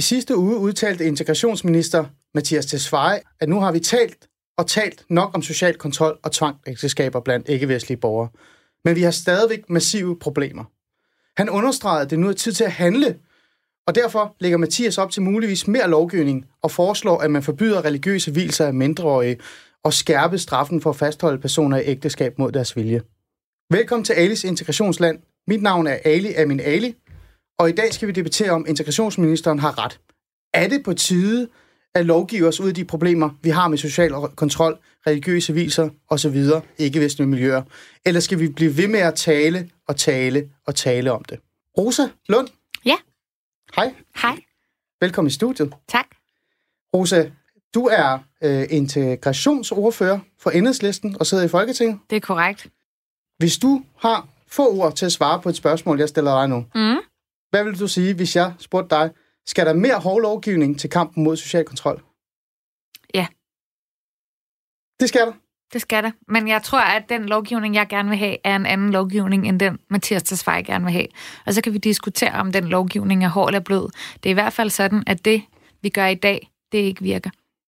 sidste uge udtalte integrationsminister Mattias Tesfaye, at nu har vi talt nok om social kontrol og tvangsægteskaber blandt ikke-vestlige borgere. Men vi har stadigvæk massive problemer. Han understregede, at det nu er tid til at handle, og derfor lægger Mathias op til muligvis mere lovgivning og foreslår, at man forbyder religiøse vielser af mindreårige og skærpe straffen for at fastholde personer i ægteskab mod deres vilje. Velkommen til Alis Integrationsland. Mit navn er Ali Amin Ali, og i dag skal vi debattere, om integrationsministeren har ret. Er det på tide at lovgive os ud af de problemer, vi har med social kontrol, religiøse vielser osv., ikke-vestlige miljøer? Eller skal vi blive ved med at tale om det? Rosa Lund? Ja. Hej. Hej. Velkommen i studiet. Tak. Rosa, du er integrationsordfører for Enhedslisten og sidder i Folketinget. Det er korrekt. Hvis du har få ord til at svare på et spørgsmål, jeg stiller dig nu, hvad vil du sige, hvis jeg spurgte dig, skal der mere hård lovgivning til kampen mod social kontrol? Ja. Det skal der. Det skal der. Men jeg tror, at den lovgivning, jeg gerne vil have, er en anden lovgivning, end den Mattias Tesfaye gerne vil have. Og så kan vi diskutere, om den lovgivning er hård eller blød. Det er i hvert fald sådan, at det, vi gør i dag, det ikke virker.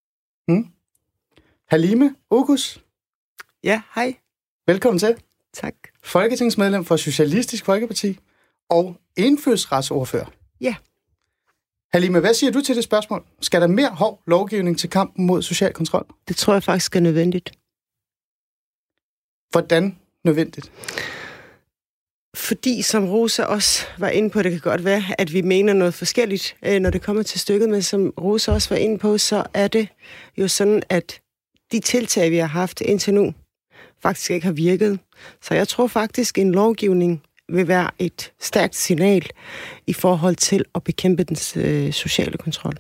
Halime Oguz. Ja, hej. Velkommen til. Tak. Folketingsmedlem for Socialistisk Folkeparti og indfødsretsordfører. Ja. Halime, hvad siger du til det spørgsmål? Skal der mere hård lovgivning til kampen mod social kontrol? Det tror jeg faktisk er nødvendigt. Hvordan nødvendigt? Fordi, som Rosa også var inde på, det kan godt være, at vi mener noget forskelligt, når det kommer til stykket, men som Rosa også var inde på, så er det jo sådan, at de tiltag, vi har haft indtil nu, faktisk ikke har virket. Så jeg tror faktisk, en lovgivning vil være et stærkt signal i forhold til at bekæmpe den sociale kontrol.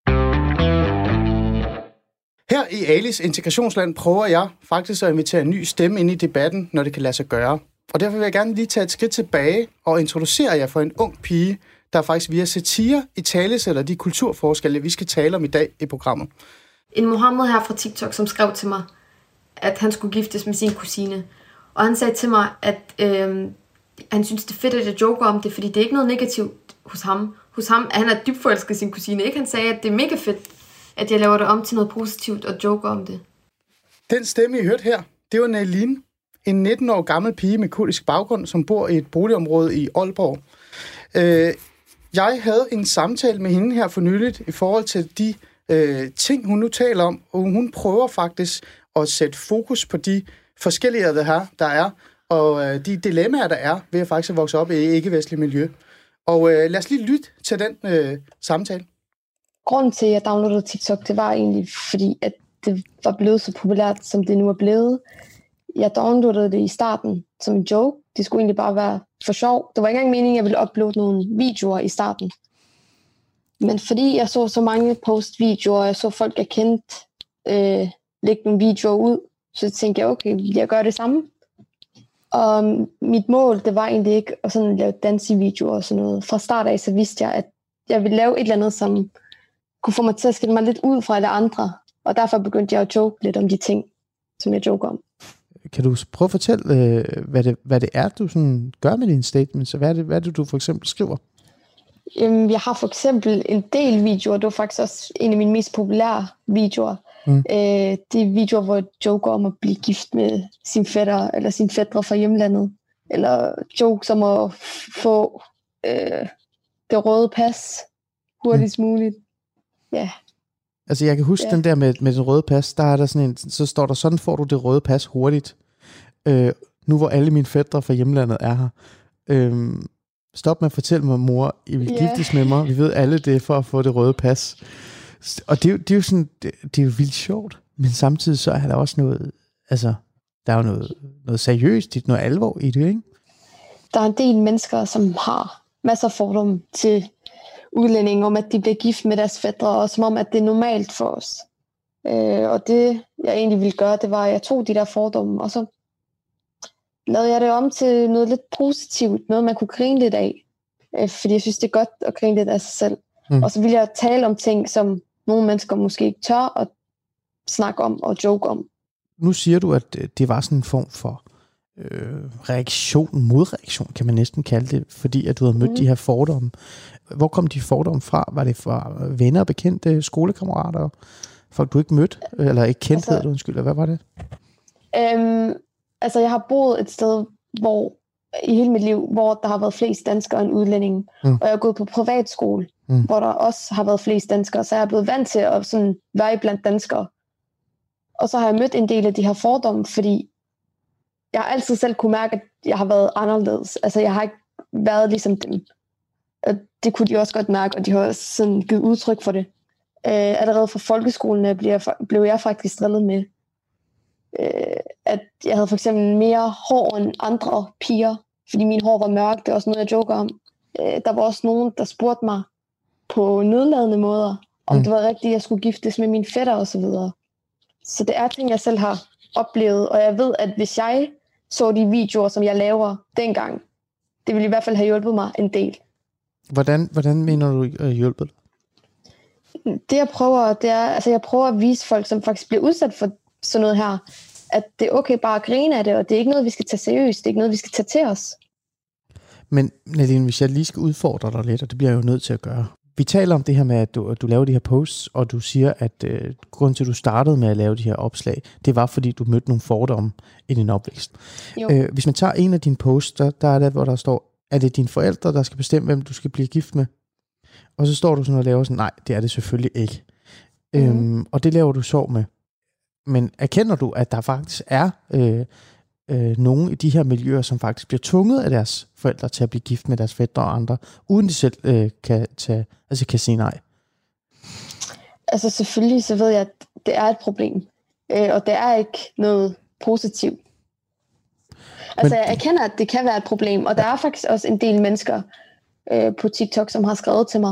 Her i Alis Integrationsland prøver jeg faktisk at invitere en ny stemme ind i debatten, når det kan lade sig gøre. Og derfor vil jeg gerne lige tage et skridt tilbage og introducere jer for en ung pige, der faktisk via satire italesætter de kulturforskelle, vi skal tale om i dag i programmet. En Mohammed her fra TikTok, som skrev til mig, at han skulle giftes med sin kusine. Og han sagde til mig, at han synes, det er fedt, at jeg joker om det, fordi det er ikke noget negativt hos ham. Hos ham, han er dybt forelsket sin kusine, ikke? Han sagde, at det er mega fedt, at jeg laver det om til noget positivt og joker om det. Den stemme, I hørte her, det var Naline, en 19 år gammel pige med kurdisk baggrund, som bor i et boligområde i Aalborg. Jeg havde en samtale med hende her for nyligt i forhold til de ting, hun nu taler om, og hun prøver faktisk at sætte fokus på de forskelligheder, der er, og de dilemmaer, der er ved at faktisk vokse op i ikke-vestligt miljø. Og lad os lige lytte til den samtale. Grunden til, at jeg downloadede TikTok, det var egentlig fordi, at det var blevet så populært, som det nu er blevet. Jeg downloadede det i starten som en joke. Det skulle egentlig bare være for sjov. Det var ikke engang meningen, at jeg ville uploade nogle videoer i starten. Men fordi jeg så mange postvideoer, og jeg så folk, jeg kendte, lægge nogle videoer ud, så tænkte jeg, okay, jeg gør det samme. Og mit mål, det var egentlig ikke at sådan lave dansevideoer og sådan noget. Fra start af, så vidste jeg, at jeg ville lave et eller andet, som kunne få mig til at skille mig lidt ud fra alle andre. Og derfor begyndte jeg at joke lidt om de ting, som jeg joker om. Kan du prøve at fortælle, hvad det er, du sådan gør med dine statements? Hvad er det, du for eksempel skriver? Jeg har for eksempel en del videoer. Det var faktisk også en af mine mest populære videoer. Det er videoer, hvor jeg joker om at blive gift med sin fætter eller sin fætre fra hjemlandet. Eller jokes om at få det røde pas hurtigst muligt. Ja. Altså jeg kan huske den der med den røde pas, der er der sådan en, så står der, sådan får du det røde pas hurtigt. Nu hvor alle mine fætre fra hjemlandet er her. Stop med at fortælle mig, mor, I vil giftes med mig. Vi ved alle det for at få det røde pas. Og det er jo sådan, det er jo vildt sjovt. Men samtidig så er der også noget, altså der er jo noget seriøst, noget alvor i det, ikke? Der er en del mennesker, som har masser af fordomme til udlændinge, om at de bliver gift med deres fætre, og som om, at det er normalt for os. Og det, jeg egentlig ville gøre, det var, at jeg tog de der fordomme, og så lavede jeg det om til noget lidt positivt, noget man kunne grine lidt af. Fordi jeg synes, det er godt at grine lidt af sig selv. Og så ville jeg tale om ting, som nogle mennesker måske ikke tør at snakke om og joke om. Nu siger du, at det var sådan en form for modreaktion, kan man næsten kalde det, fordi at du havde mødt de her fordomme. Hvor kom de fordomme fra? Var det fra venner, bekendte, skolekammerater, folk du ikke mødte, eller ikke kendte, altså, undskyld, eller hvad var det? Altså, jeg har boet et sted, i hele mit liv, hvor der har været flest danskere end udlændinge. Og jeg har gået på privatskole, hvor der også har været flest danskere, så jeg er blevet vant til at sådan være blandt danskere. Og så har jeg mødt en del af de her fordomme, fordi jeg har altid selv kunne mærke, at jeg har været anderledes. Altså, jeg har ikke været ligesom dem. Og det kunne de også godt mærke, og de har også sådan givet udtryk for det. Allerede fra folkeskolen blev jeg faktisk drillet med, at jeg havde for eksempel mere hår end andre piger, fordi min hår var mørkt. Det er også noget, jeg joker om. Der var også nogen, der spurgte mig på nedladende måder, om det var rigtigt, at jeg skulle giftes med mine fætter og så videre. Så det er ting, jeg selv har oplevet, og jeg ved, at hvis jeg så de videoer, som jeg laver dengang, det ville i hvert fald have hjulpet mig en del. Hvordan mener du hjulpet? Det jeg prøver, det er, altså jeg prøver at vise folk, som faktisk bliver udsat for sådan noget her, at det er okay bare at grine af det, og det er ikke noget, vi skal tage seriøst, det er ikke noget, vi skal tage til os. Men Nadine, hvis jeg lige skal udfordre dig lidt, og det bliver jeg jo nødt til at gøre. Vi taler om det her med, at du laver de her posts, og du siger, at grunden til, at du startede med at lave de her opslag, det var, fordi du mødte nogle fordomme i din opvækst. Hvis man tager en af dine posts, der er der, hvor der står, er det dine forældre, der skal bestemme, hvem du skal blive gift med? Og så står du sådan og laver sådan, nej, det er det selvfølgelig ikke. Og det laver du sjov med. Men erkender du, at der faktisk er nogle i de her miljøer, som faktisk bliver tvunget af deres forældre til at blive gift med deres fætre og andre, uden de selv kan sige nej? Altså selvfølgelig, så ved jeg, at det er et problem. Og det er ikke noget positivt. Altså jeg erkender, at det kan være et problem, og der er faktisk også en del mennesker på TikTok, som har skrevet til mig,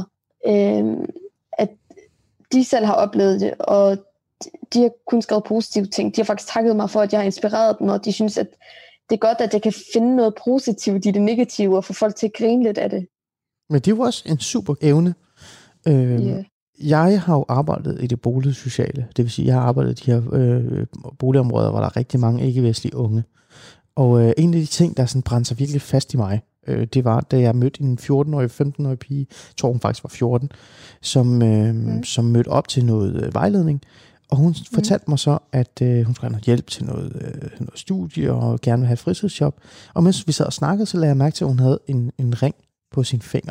at de selv har oplevet det, og de har kun skrevet positive ting. De har faktisk takket mig for, at jeg har inspireret dem, og de synes, at det er godt, at jeg kan finde noget positivt i det negative, og få folk til at grine lidt af det. Men det er jo også en super evne. Jeg har jo arbejdet i det boligsociale. Det vil sige, jeg har arbejdet i de her boligområder, hvor der er rigtig mange ikke-vestlige unge. Og en af de ting, der sådan brændte sig virkelig fast i mig, det var, da jeg mødte en 14-årig, 15-årig pige, jeg tror hun faktisk var 14, som mødte op til noget vejledning. Og hun fortalte mig så, at hun skulle have noget hjælp til noget studie og gerne vil have et fritidsjob. Og mens vi sad og snakkede, så lagde jeg mærke til, at hun havde en ring på sin finger.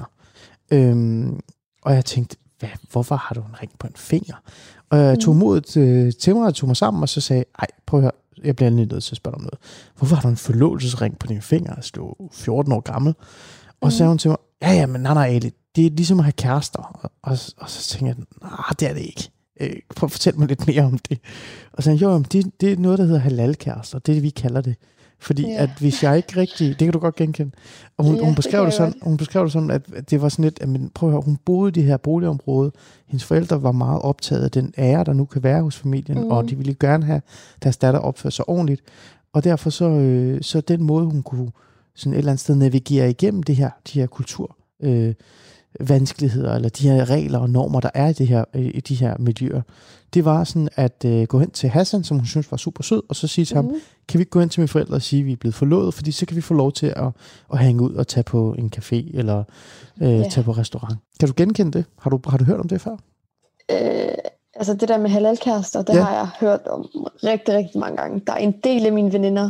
Og jeg tænkte, hvorfor har du en ring på en finger? Og jeg tog modet til mig og tog mig sammen, og så sagde ej, prøv at høre, jeg bliver lige nødt til at spørge om noget. Hvorfor har du en forlovelsesring på din finger? Altså, du er 14 år gammel. Og så sagde hun til mig, ja, men nej, Ali, det er ligesom at have kærester. Og så tænkte jeg, nej, det er det ikke. Prøv at fortælle mig lidt mere om det. Og så sagde jeg, det er noget, der hedder halalkærester. Det er det, vi kalder det. Fordi at hvis jeg ikke rigtig, det kan du godt genkende. Og hun beskrev det sådan, at det var sådan lidt, men prøv at høre, hun boede i det her boligområde. Hendes forældre var meget optaget af den ære, der nu kan være hos familien, og de ville gerne have deres datter opført sig ordentligt. Og derfor så den måde, hun kunne sådan et eller andet sted navigere igennem de her kultur vanskeligheder, eller de her regler og normer, der er i de her miljøer, det var sådan at gå hen til Hassan, som hun synes var super sød, og så sige til ham, kan vi ikke gå hen til mine forældre og sige, at vi er blevet forlovet, fordi så kan vi få lov til at hænge ud og tage på en café, eller tage på restaurant. Kan du genkende det? Har du hørt om det før? Altså det der med halalkærester, det har jeg hørt om rigtig, rigtig mange gange. Der er en del af mine veninder,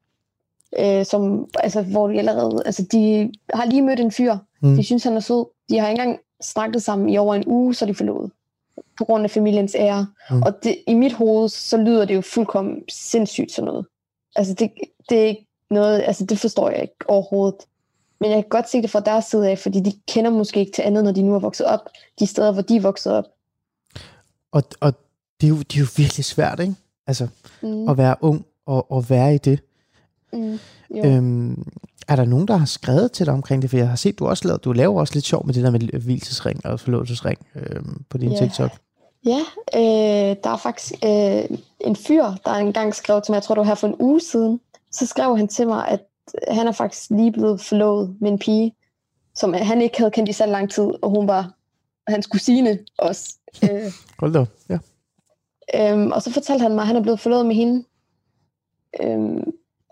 hvor de allerede, altså de har lige mødt en fyr, de synes han er sød, de har ikke engang snakket sammen i over en uge, så de forlovet, på grund af familiens ære. Og det, i mit hoved, så lyder det jo fuldkommen sindssygt sådan noget. Altså det er ikke noget, altså det forstår jeg ikke overhovedet. Men jeg kan godt se det fra deres side af, fordi de kender måske ikke til andet, når de nu er vokset op, de steder, hvor de er vokset op. Og det er jo virkelig svært, ikke? Altså at være ung og være i det. Er der nogen, der har skrevet til dig omkring det? For jeg har set, du laver også lidt sjov med det der med hvilesesring og forlovelsesring på din TikTok. Ja, der er faktisk en fyr, der engang skrev til mig, jeg tror det var her for en uge siden, så skrev han til mig, at han er faktisk lige blevet forlovet med en pige, som han ikke havde kendt i så lang tid, og hun var hans kusine også. Hold da, ja. Og så fortalte han mig, at han er blevet forlovet med hende.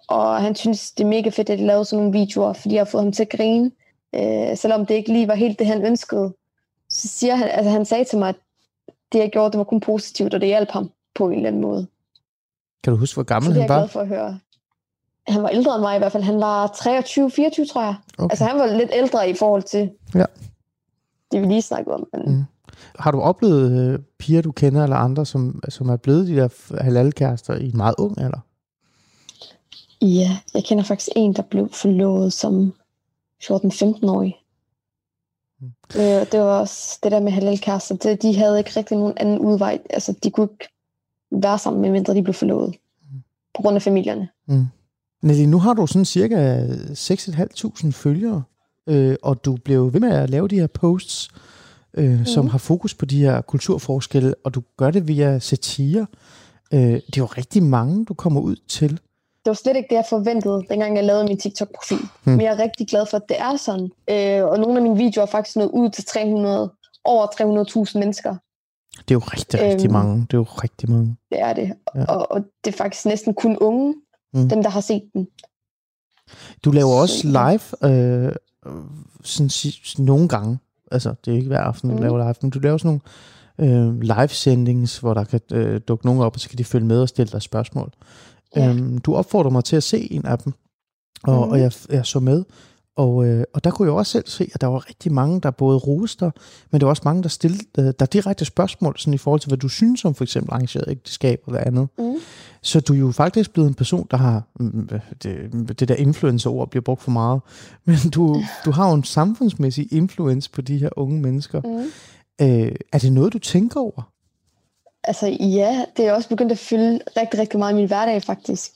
Og han synes, det er mega fedt, at jeg lavede sådan nogle videoer, fordi jeg har fået ham til at grine. Selvom det ikke lige var helt det, han ønskede. Så siger han, altså han sagde til mig, at det jeg gjorde, det var kun positivt, og det hjalp ham på en eller anden måde. Kan du huske, hvor gammel han var? Så det er jeg glad for at høre. Han var ældre end mig i hvert fald. Han var 23-24, tror jeg. Okay. Altså han var lidt ældre i forhold til det, vi lige snakkede om. Men... Har du oplevet piger, du kender, eller andre, som er blevet de der halalkærester i en meget ung alder? Ja, jeg kender faktisk en, der blev forlovet som 14-15-årig. Det var også det der med halalkærester. De havde ikke rigtig nogen anden udvej. Altså, de kunne ikke være sammen, medmindre de blev forlovet. På grund af familierne. Nelly, nu har du sådan cirka 6.500 følgere, og du blev ved med at lave de her posts, som har fokus på de her kulturforskelle, og du gør det via satire. Det er jo rigtig mange, du kommer ud til. Det var slet ikke det, jeg forventede, dengang jeg lavede min TikTok-profil. Men jeg er rigtig glad for, at det er sådan. Og nogle af mine videoer er faktisk nået ud til over 300.000 mennesker. Det er jo rigtig mange. Det er jo rigtig mange. Det er det. Ja. Og det er faktisk næsten kun unge, dem der har set den. Du laver også live sådan nogle gange. Altså, det er ikke hver aften, du laver live, men du laver sådan nogle live-sendings, hvor der kan dukke nogen op, og så kan de følge med og stille dig spørgsmål. Ja. Du opfordrer mig til at se en af dem, og jeg så med, og der kunne jeg også selv se, at der var rigtig mange, der både roste, men der var også mange, der stillede der direkte spørgsmål, sådan i forhold til, hvad du synes om for eksempel arrangeret ægteskab eller andet. Så du er jo faktisk blevet en person, der har, det der influencer-ord bliver brugt for meget, men du har jo en samfundsmæssig influence på de her unge mennesker. Er det noget, du tænker over? Altså ja, det er også begyndt at fylde rigtig, rigtig meget i min hverdag faktisk.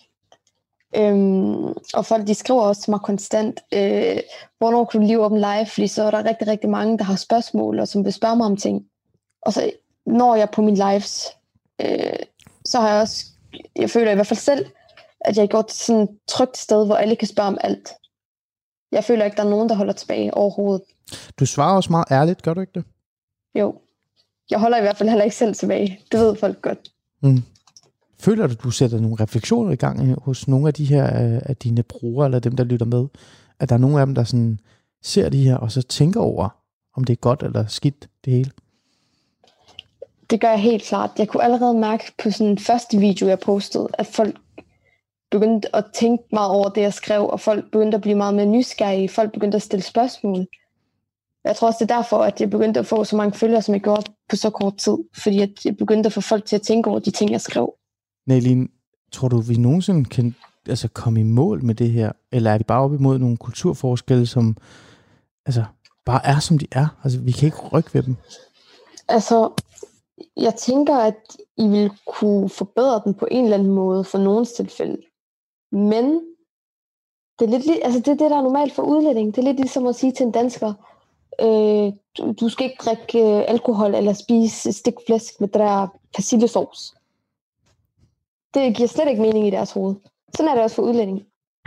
Og folk de skriver også til mig konstant, hvornår kan du lige åbne live, fordi så er der rigtig, rigtig mange, der har spørgsmål, og som vil spørge mig om ting. Og så når jeg på mine lives, så har jeg også, jeg føler i hvert fald selv, at jeg går til sådan et trygt sted, hvor alle kan spørge om alt. Jeg føler ikke, der er nogen, der holder tilbage overhovedet. Du svarer også meget ærligt, gør du ikke det? Jo. Jeg holder i hvert fald heller ikke selv tilbage. Det ved folk godt. Føler du sætter nogle refleksioner i gang hos nogle af de her af dine brugere, eller dem, der lytter med? At der er nogle af dem, der sådan ser de her, og så tænker over, om det er godt eller skidt, det hele? Det gør jeg helt klart. Jeg kunne allerede mærke på sådan den første video, jeg postede, at folk begyndte at tænke meget over det, jeg skrev, og folk begyndte at blive meget mere nysgerrige. Folk begyndte at stille spørgsmål. Jeg tror også, det er derfor, at jeg begyndte at få så mange følgere, som jeg gjorde på så kort tid. Fordi at jeg begyndte at få folk til at tænke over de ting, jeg skrev. Nelly, tror du, vi nogensinde kan komme i mål med det her? Eller er vi bare op imod nogle kulturforskelle, som bare er, som de er? Altså, vi kan ikke rykke ved dem. Altså, jeg tænker, at I vil kunne forbedre den på en eller anden måde for nogens tilfælde. Men det er lidt, det er det, der er normalt for udlænding. Det er lidt ligesom at sige til en dansker, du skal ikke drikke alkohol eller spise stik flæsk med det der persillesauce. Det giver slet ikke mening i deres hoved. Sådan er det også for udlændinge.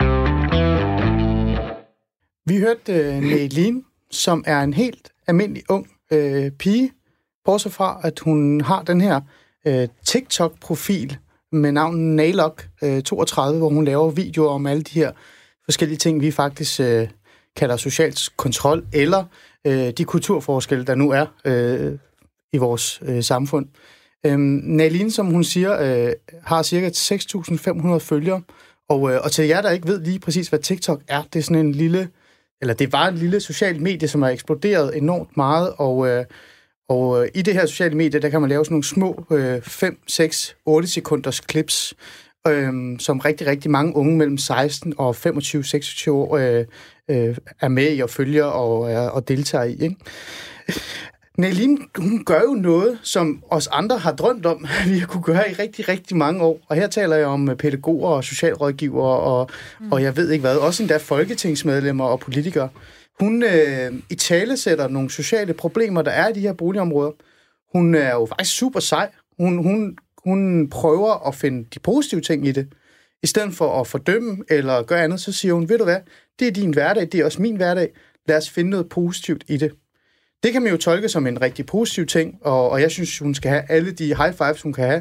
Vi hørte Nelly, som er en helt almindelig ung pige, bortset fra, at hun har den her TikTok-profil med navnet Nailok32, hvor hun laver videoer om alle de her forskellige ting, vi faktisk kalder social kontrol, eller de kulturforskelle, der nu er i vores samfund. Nelly, som hun siger, har cirka 6.500 følgere, og til jer, der ikke ved lige præcis, hvad TikTok er, det er sådan en lille, eller det var en lille social medie, som er eksploderet enormt meget, og i det her sociale medie, der kan man lave sådan nogle små 5, 6, 8 sekunders clips, som rigtig, rigtig mange unge mellem 16 og 25-26 år er med i og følger og deltager i, ikke? Nelly, hun gør jo noget, som os andre har drømt om, at vi har kunne gøre i rigtig, rigtig mange år. Og her taler jeg om pædagoger og socialrådgivere og jeg ved ikke hvad, også endda folketingsmedlemmer og politikere. Hun italesætter nogle sociale problemer, der er i de her boligområder. Hun er jo faktisk super sej. Hun prøver at finde de positive ting i det. I stedet for at fordømme eller gøre andet, så siger hun, ved du hvad, det er din hverdag, det er også min hverdag. Lad os finde noget positivt i det. Det kan man jo tolke som en rigtig positiv ting, og jeg synes, hun skal have alle de high fives, hun kan have.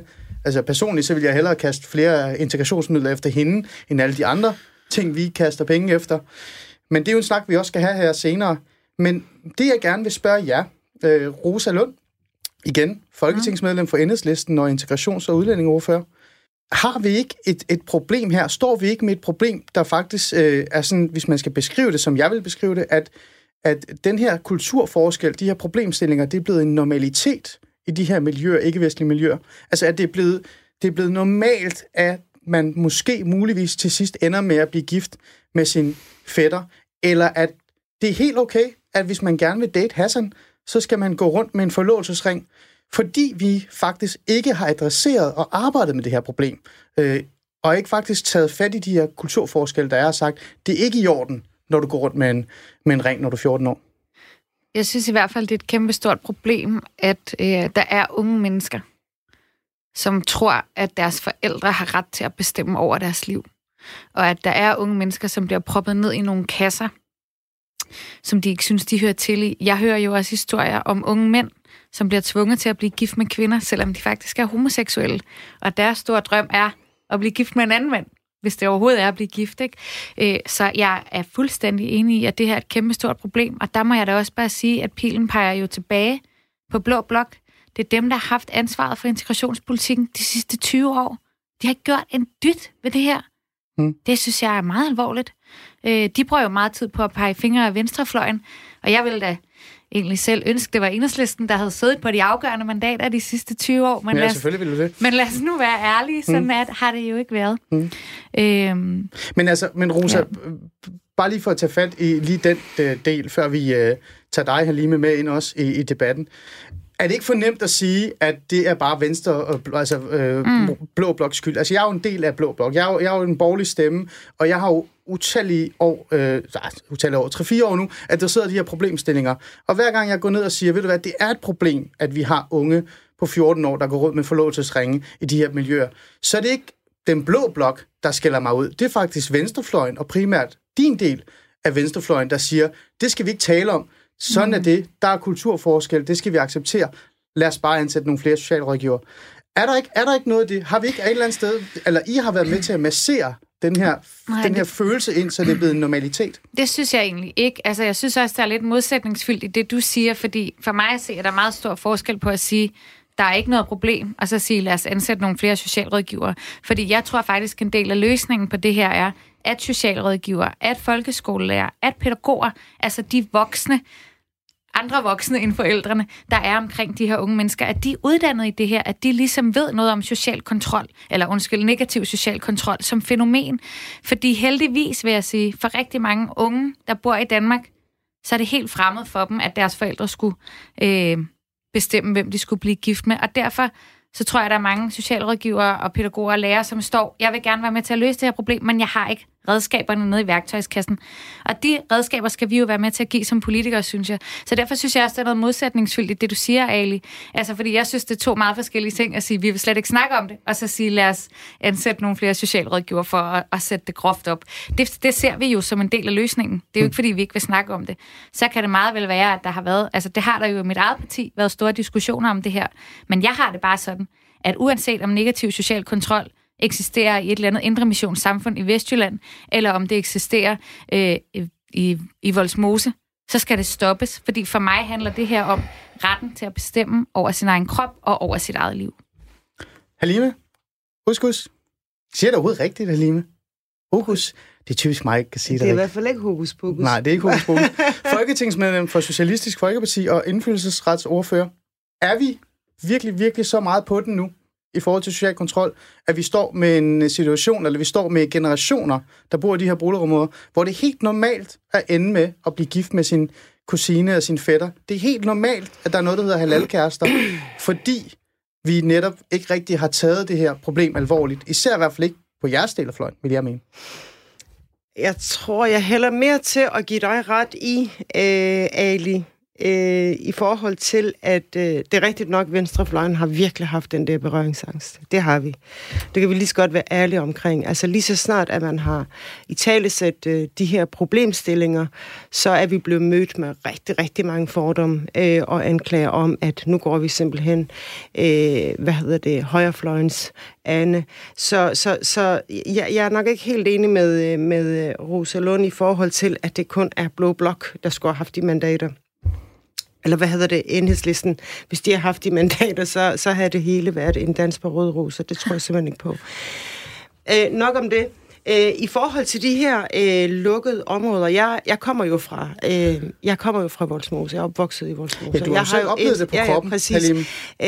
Altså personligt, så vil jeg hellere kaste flere integrationsmidler efter hende, end alle de andre ting, vi kaster penge efter. Men det er jo en snak, vi også skal have her senere. Men det, jeg gerne vil spørge jer, Rosa Lund, igen, folketingsmedlem for Enhedslisten og integrations- og udlændingeordfører. Har vi ikke et problem her? Står vi ikke med et problem, der faktisk er sådan, hvis man skal beskrive det, som jeg vil beskrive det, at den her kulturforskel, de her problemstillinger, det er blevet en normalitet i de her miljøer, ikke-vestlige miljøer. Altså, at det er blevet normalt, at man måske muligvis til sidst ender med at blive gift med sin fætter, eller at det er helt okay, at hvis man gerne vil date Hassan, så skal man gå rundt med en forlovelsesring, fordi vi faktisk ikke har adresseret og arbejdet med det her problem, og ikke faktisk taget fat i de her kulturforskelle, der er sagt, det er ikke i orden, når du går rundt med en ring, når du er 14 år. Jeg synes i hvert fald, det er et kæmpestort problem, at der er unge mennesker, som tror, at deres forældre har ret til at bestemme over deres liv. Og at der er unge mennesker, som bliver proppet ned i nogle kasser, som de ikke synes, de hører til i. Jeg hører jo også historier om unge mænd, som bliver tvunget til at blive gift med kvinder, selvom de faktisk er homoseksuelle. Og deres store drøm er at blive gift med en anden mand, hvis det overhovedet er at blive gift, ikke? Så jeg er fuldstændig enig i, at det her er et kæmpestort problem. Og der må jeg da også bare sige, at pilen peger jo tilbage på Blå Blok. Det er dem, der har haft ansvaret for integrationspolitikken de sidste 20 år. De har ikke gjort en dyt ved det her. Det synes jeg er meget alvorligt. De bruger jo meget tid på at pege fingre af venstrefløjen, og jeg ville da egentlig selv ønske, det var Enhedslisten, der havde siddet på de afgørende mandater de sidste 20 år. Men ja, selvfølgelig ville det. Men lad os nu være ærlige, sådan har det jo ikke været. Men Rosa, bare lige for at tage fat i lige den del, før vi tager dig, Halime, med ind også i debatten. Er det ikke for nemt at sige, at det er bare Venstre, Blå Bloks skyld? Altså, jeg er jo en del af Blå Blok. Jeg er jo en borgerlig stemme, og jeg har jo utallige år, 3-4 år nu, at der sidder de her problemstillinger. Og hver gang jeg går ned og siger, ved du hvad, det er et problem, at vi har unge på 14 år, der går rundt med forlovelsesringe i de her miljøer, så er det ikke den Blå Blok, der skælder mig ud. Det er faktisk venstrefløjen, og primært din del af venstrefløjen, der siger, det skal vi ikke tale om. Sådan er det. Der er kulturforskel. Det skal vi acceptere. Lad os bare ansætte nogle flere socialrådgivere. Er der ikke noget af det? Har vi ikke et eller andet sted, eller I har været med til at massere den her følelse ind, så det er blevet en normalitet? Det synes jeg egentlig ikke. Altså, jeg synes også, der er lidt modsætningsfyldt i det, du siger, fordi for mig at se, er der meget stor forskel på at sige, der er ikke noget problem, og så sige, lad os ansætte nogle flere socialrådgivere. Fordi jeg tror faktisk, en del af løsningen på det her er, at socialrådgivere, at folkeskolelærer, at pædagoger, altså de voksne, andre voksne end forældrene, der er omkring de her unge mennesker, at de er uddannet i det her, at de ligesom ved noget om social kontrol, negativ social kontrol som fænomen. Fordi heldigvis, vil jeg sige, for rigtig mange unge, der bor i Danmark, så er det helt fremmed for dem, at deres forældre skulle bestemme, hvem de skulle blive gift med. Og derfor så tror jeg, der er mange socialrådgivere og pædagoger og lærere, som står, jeg vil gerne være med til at løse det her problem, men jeg har ikke redskaberne nede i værktøjskassen. Og de redskaber skal vi jo være med til at give som politikere, synes jeg. Så derfor synes jeg også, der er noget modsætningsfyldt i det, du siger, Ali. Altså, fordi jeg synes, det er to meget forskellige ting at sige, vi vil slet ikke snakke om det, og så sige, lad os ansætte nogle flere socialrådgivere for at sætte det groft op. Det ser vi jo som en del af løsningen. Det er jo ikke, fordi vi ikke vil snakke om det. Så kan det meget vel være, at der har været, altså det har der jo i mit eget parti været store diskussioner om det her. Men jeg har det bare sådan, at uanset om negativ social kontrol eksisterer i et eller andet indremissionssamfund i Vestjylland, eller om det eksisterer i Vollsmose, så skal det stoppes. Fordi for mig handler det her om retten til at bestemme over sin egen krop og over sit eget liv. Halime? Huskus? Siger det overhovedet rigtigt, Halime? Hokus? Det er typisk mig, ikke kan sige det. Det er i hvert fald ikke hokus pokus. Nej, det er ikke hokus pokus. Folketingsmedlem for Socialistisk Folkeparti og indflydelsesretsordfører. Er vi virkelig, virkelig så meget på den nu, i forhold til social kontrol, at vi står med en situation, eller vi står med generationer, der bor i de her boligområder, hvor det er helt normalt at ende med at blive gift med sin kusine og sin fætter. Det er helt normalt, at der er noget, der hedder halalkærester, fordi vi netop ikke rigtig har taget det her problem alvorligt. Især i hvert fald ikke på jeres del af fløjen, vil jeg mene. Jeg tror, jeg hælder mere til at give dig ret i, Ali, i forhold til, at det er rigtigt nok, venstrefløjen har virkelig haft den der berøringsangst. Det har vi. Det kan vi lige så godt være ærlige omkring. Altså lige så snart, at man har italesat de her problemstillinger, så er vi blevet mødt med rigtig, rigtig mange fordomme og anklager om, at nu går vi simpelthen, højrefløjens ane. Så jeg er nok ikke helt enig med Rosa Lund i forhold til, at det kun er Blå Blok, der skulle have haft de mandater. Eller Enhedslisten. Hvis de har haft de mandater, så har det hele været en dans på røde roser. Det tror jeg simpelthen ikke på. Nok om det. I forhold til de her lukkede områder, jeg kommer jo fra Vollsmose. Jeg er opvokset i Vollsmose. Ja, du har selv oplevet det på kroppen, præcis.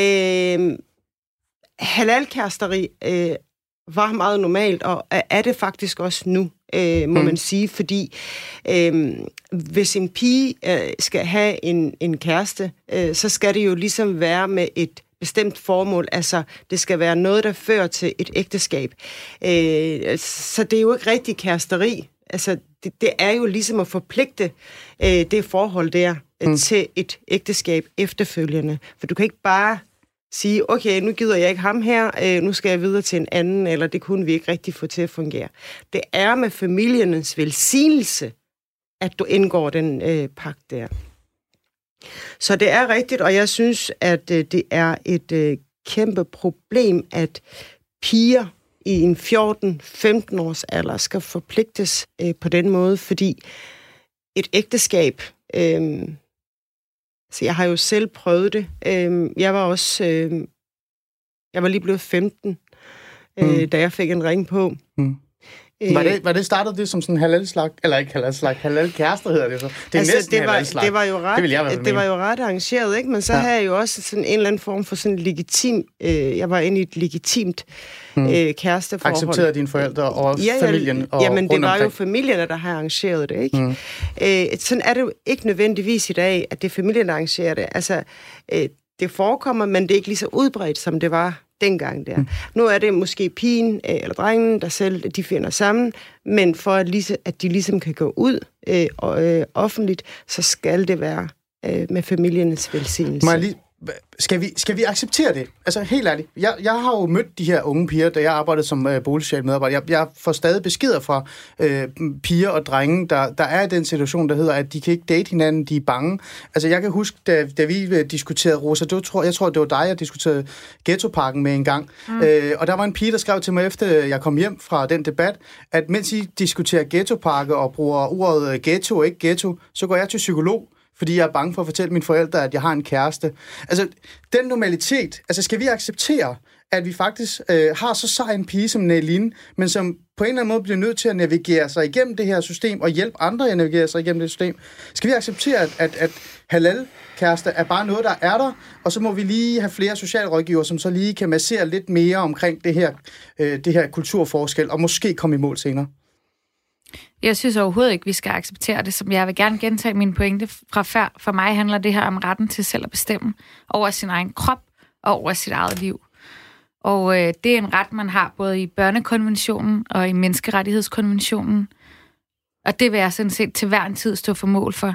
Halalkæresteri var meget normalt, og er det faktisk også nu, må man sige, fordi hvis en pige skal have en kæreste, så skal det jo ligesom være med et bestemt formål, altså det skal være noget, der fører til et ægteskab. Så det er jo ikke rigtig kæresteri. Altså det er jo ligesom at forpligte det forhold der til et ægteskab efterfølgende. For du kan ikke bare sige, okay, nu gider jeg ikke ham her, nu skal jeg videre til en anden, eller det kunne vi ikke rigtig få til at fungere. Det er med familiernes velsignelse, at du indgår den pagt der. Så det er rigtigt, og jeg synes, at det er et kæmpe problem, at piger i en 14-15 års alder skal forpligtes på den måde, fordi et ægteskab, så jeg har jo selv prøvet det. Jeg var lige blevet 15, da jeg fik en ring på. Var det startet det som sådan en halalslag? Eller ikke halalslag, halalkærester hedder det så. Det er altså, næsten halalslag. Det var jo ret arrangeret, ikke? Men så havde jeg jo også sådan en eller anden form for sådan legitim... jeg var inde i et legitimt kæresteforhold. Accepterede dine forældre og familien og jamen, det var jo familierne, der har arrangeret det, ikke? Sådan er det jo ikke nødvendigvis i dag, at det er familien, der arrangerer det. Altså, det forekommer, men det er ikke lige så udbredt, som det var dengang der. Nu er det måske pigen eller drengen, der selv de finder sammen, men for at de ligesom kan gå ud offentligt, så skal det være med familiens velsignelse. Skal vi acceptere det? Altså helt ærligt. Jeg har jo mødt de her unge piger, da jeg arbejdede som boligsocial medarbejder. Jeg får stadig beskeder fra piger og drenge, der er i den situation, der hedder, at de kan ikke date hinanden, de er bange. Altså jeg kan huske, da vi diskuterede, Rosa, jeg tror, det var dig, jeg diskuterede Ghettoparken med en gang. Og der var en pige, der skrev til mig, efter jeg kom hjem fra den debat, at mens I diskuterer ghettoparker og bruger ordet ghetto og ikke ghetto, så går jeg til psykolog, fordi jeg er bange for at fortælle mine forældre, at jeg har en kæreste. Altså, den normalitet, altså skal vi acceptere, at vi faktisk har så sej en pige som Nailine, men som på en eller anden måde bliver nødt til at navigere sig igennem det her system, og hjælpe andre at navigere sig igennem det system. Skal vi acceptere, at halal-kæreste er bare noget, der er der, og så må vi lige have flere socialrådgivere, som så lige kan massere lidt mere omkring det her kulturforskel, og måske komme i mål senere? Jeg synes overhovedet ikke, vi skal acceptere det, som jeg vil gerne gentage mine pointe fra før. For mig handler det her om retten til selv at bestemme over sin egen krop og over sit eget liv. Og det er en ret, man har både i børnekonventionen og i menneskerettighedskonventionen. Og det vil jeg sådan set til hver en tid stå på mål for.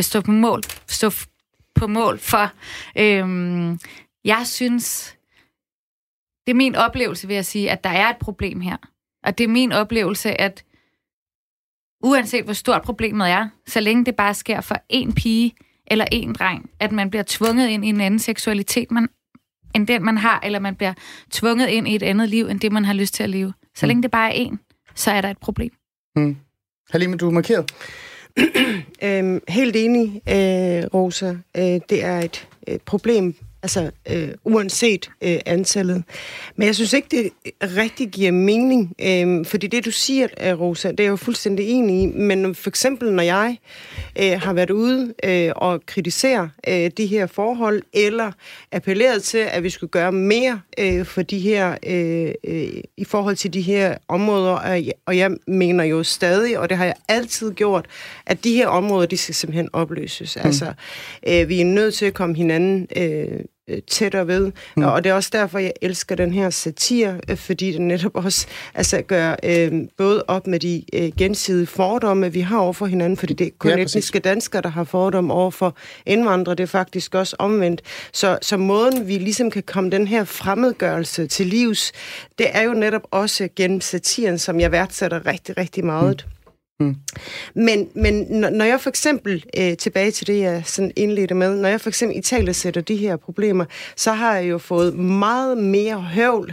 Jeg synes, det er min oplevelse, vil jeg sige, at der er et problem her. Og det er min oplevelse, at uanset hvor stort problemet er, så længe det bare sker for én pige eller én dreng, at man bliver tvunget ind i en anden seksualitet end den, man har, eller man bliver tvunget ind i et andet liv, end det, man har lyst til at leve. Så længe det bare er én, så er der et problem. Halime, du er markeret. Helt enig, Rosa. Det er et problem, altså uanset antallet. Men jeg synes ikke, det rigtig giver mening, fordi det, du siger, Rosa, det er jeg jo fuldstændig enig i, men for eksempel, når jeg har været ude og kritisere de her forhold, eller appelleret til, at vi skulle gøre mere for de her, i forhold til de her områder, og jeg mener jo stadig, og det har jeg altid gjort, at de her områder, de skal simpelthen opløses. Altså, vi er nødt til at komme hinanden tættere ved. Og det er også derfor, jeg elsker den her satire, fordi det netop også gør både op med de gensidige fordomme, vi har over for hinanden, fordi det er kun etniske danskere, der har fordomme over for indvandrere, det er faktisk også omvendt. Så måden, vi ligesom kan komme den her fremmedgørelse til livs, det er jo netop også gennem satiren, som jeg værdsætter rigtig, rigtig meget. Men når jeg for eksempel, tilbage til det, jeg sådan indledte med, når jeg for eksempel italesætter de her problemer, så har jeg jo fået meget mere høvl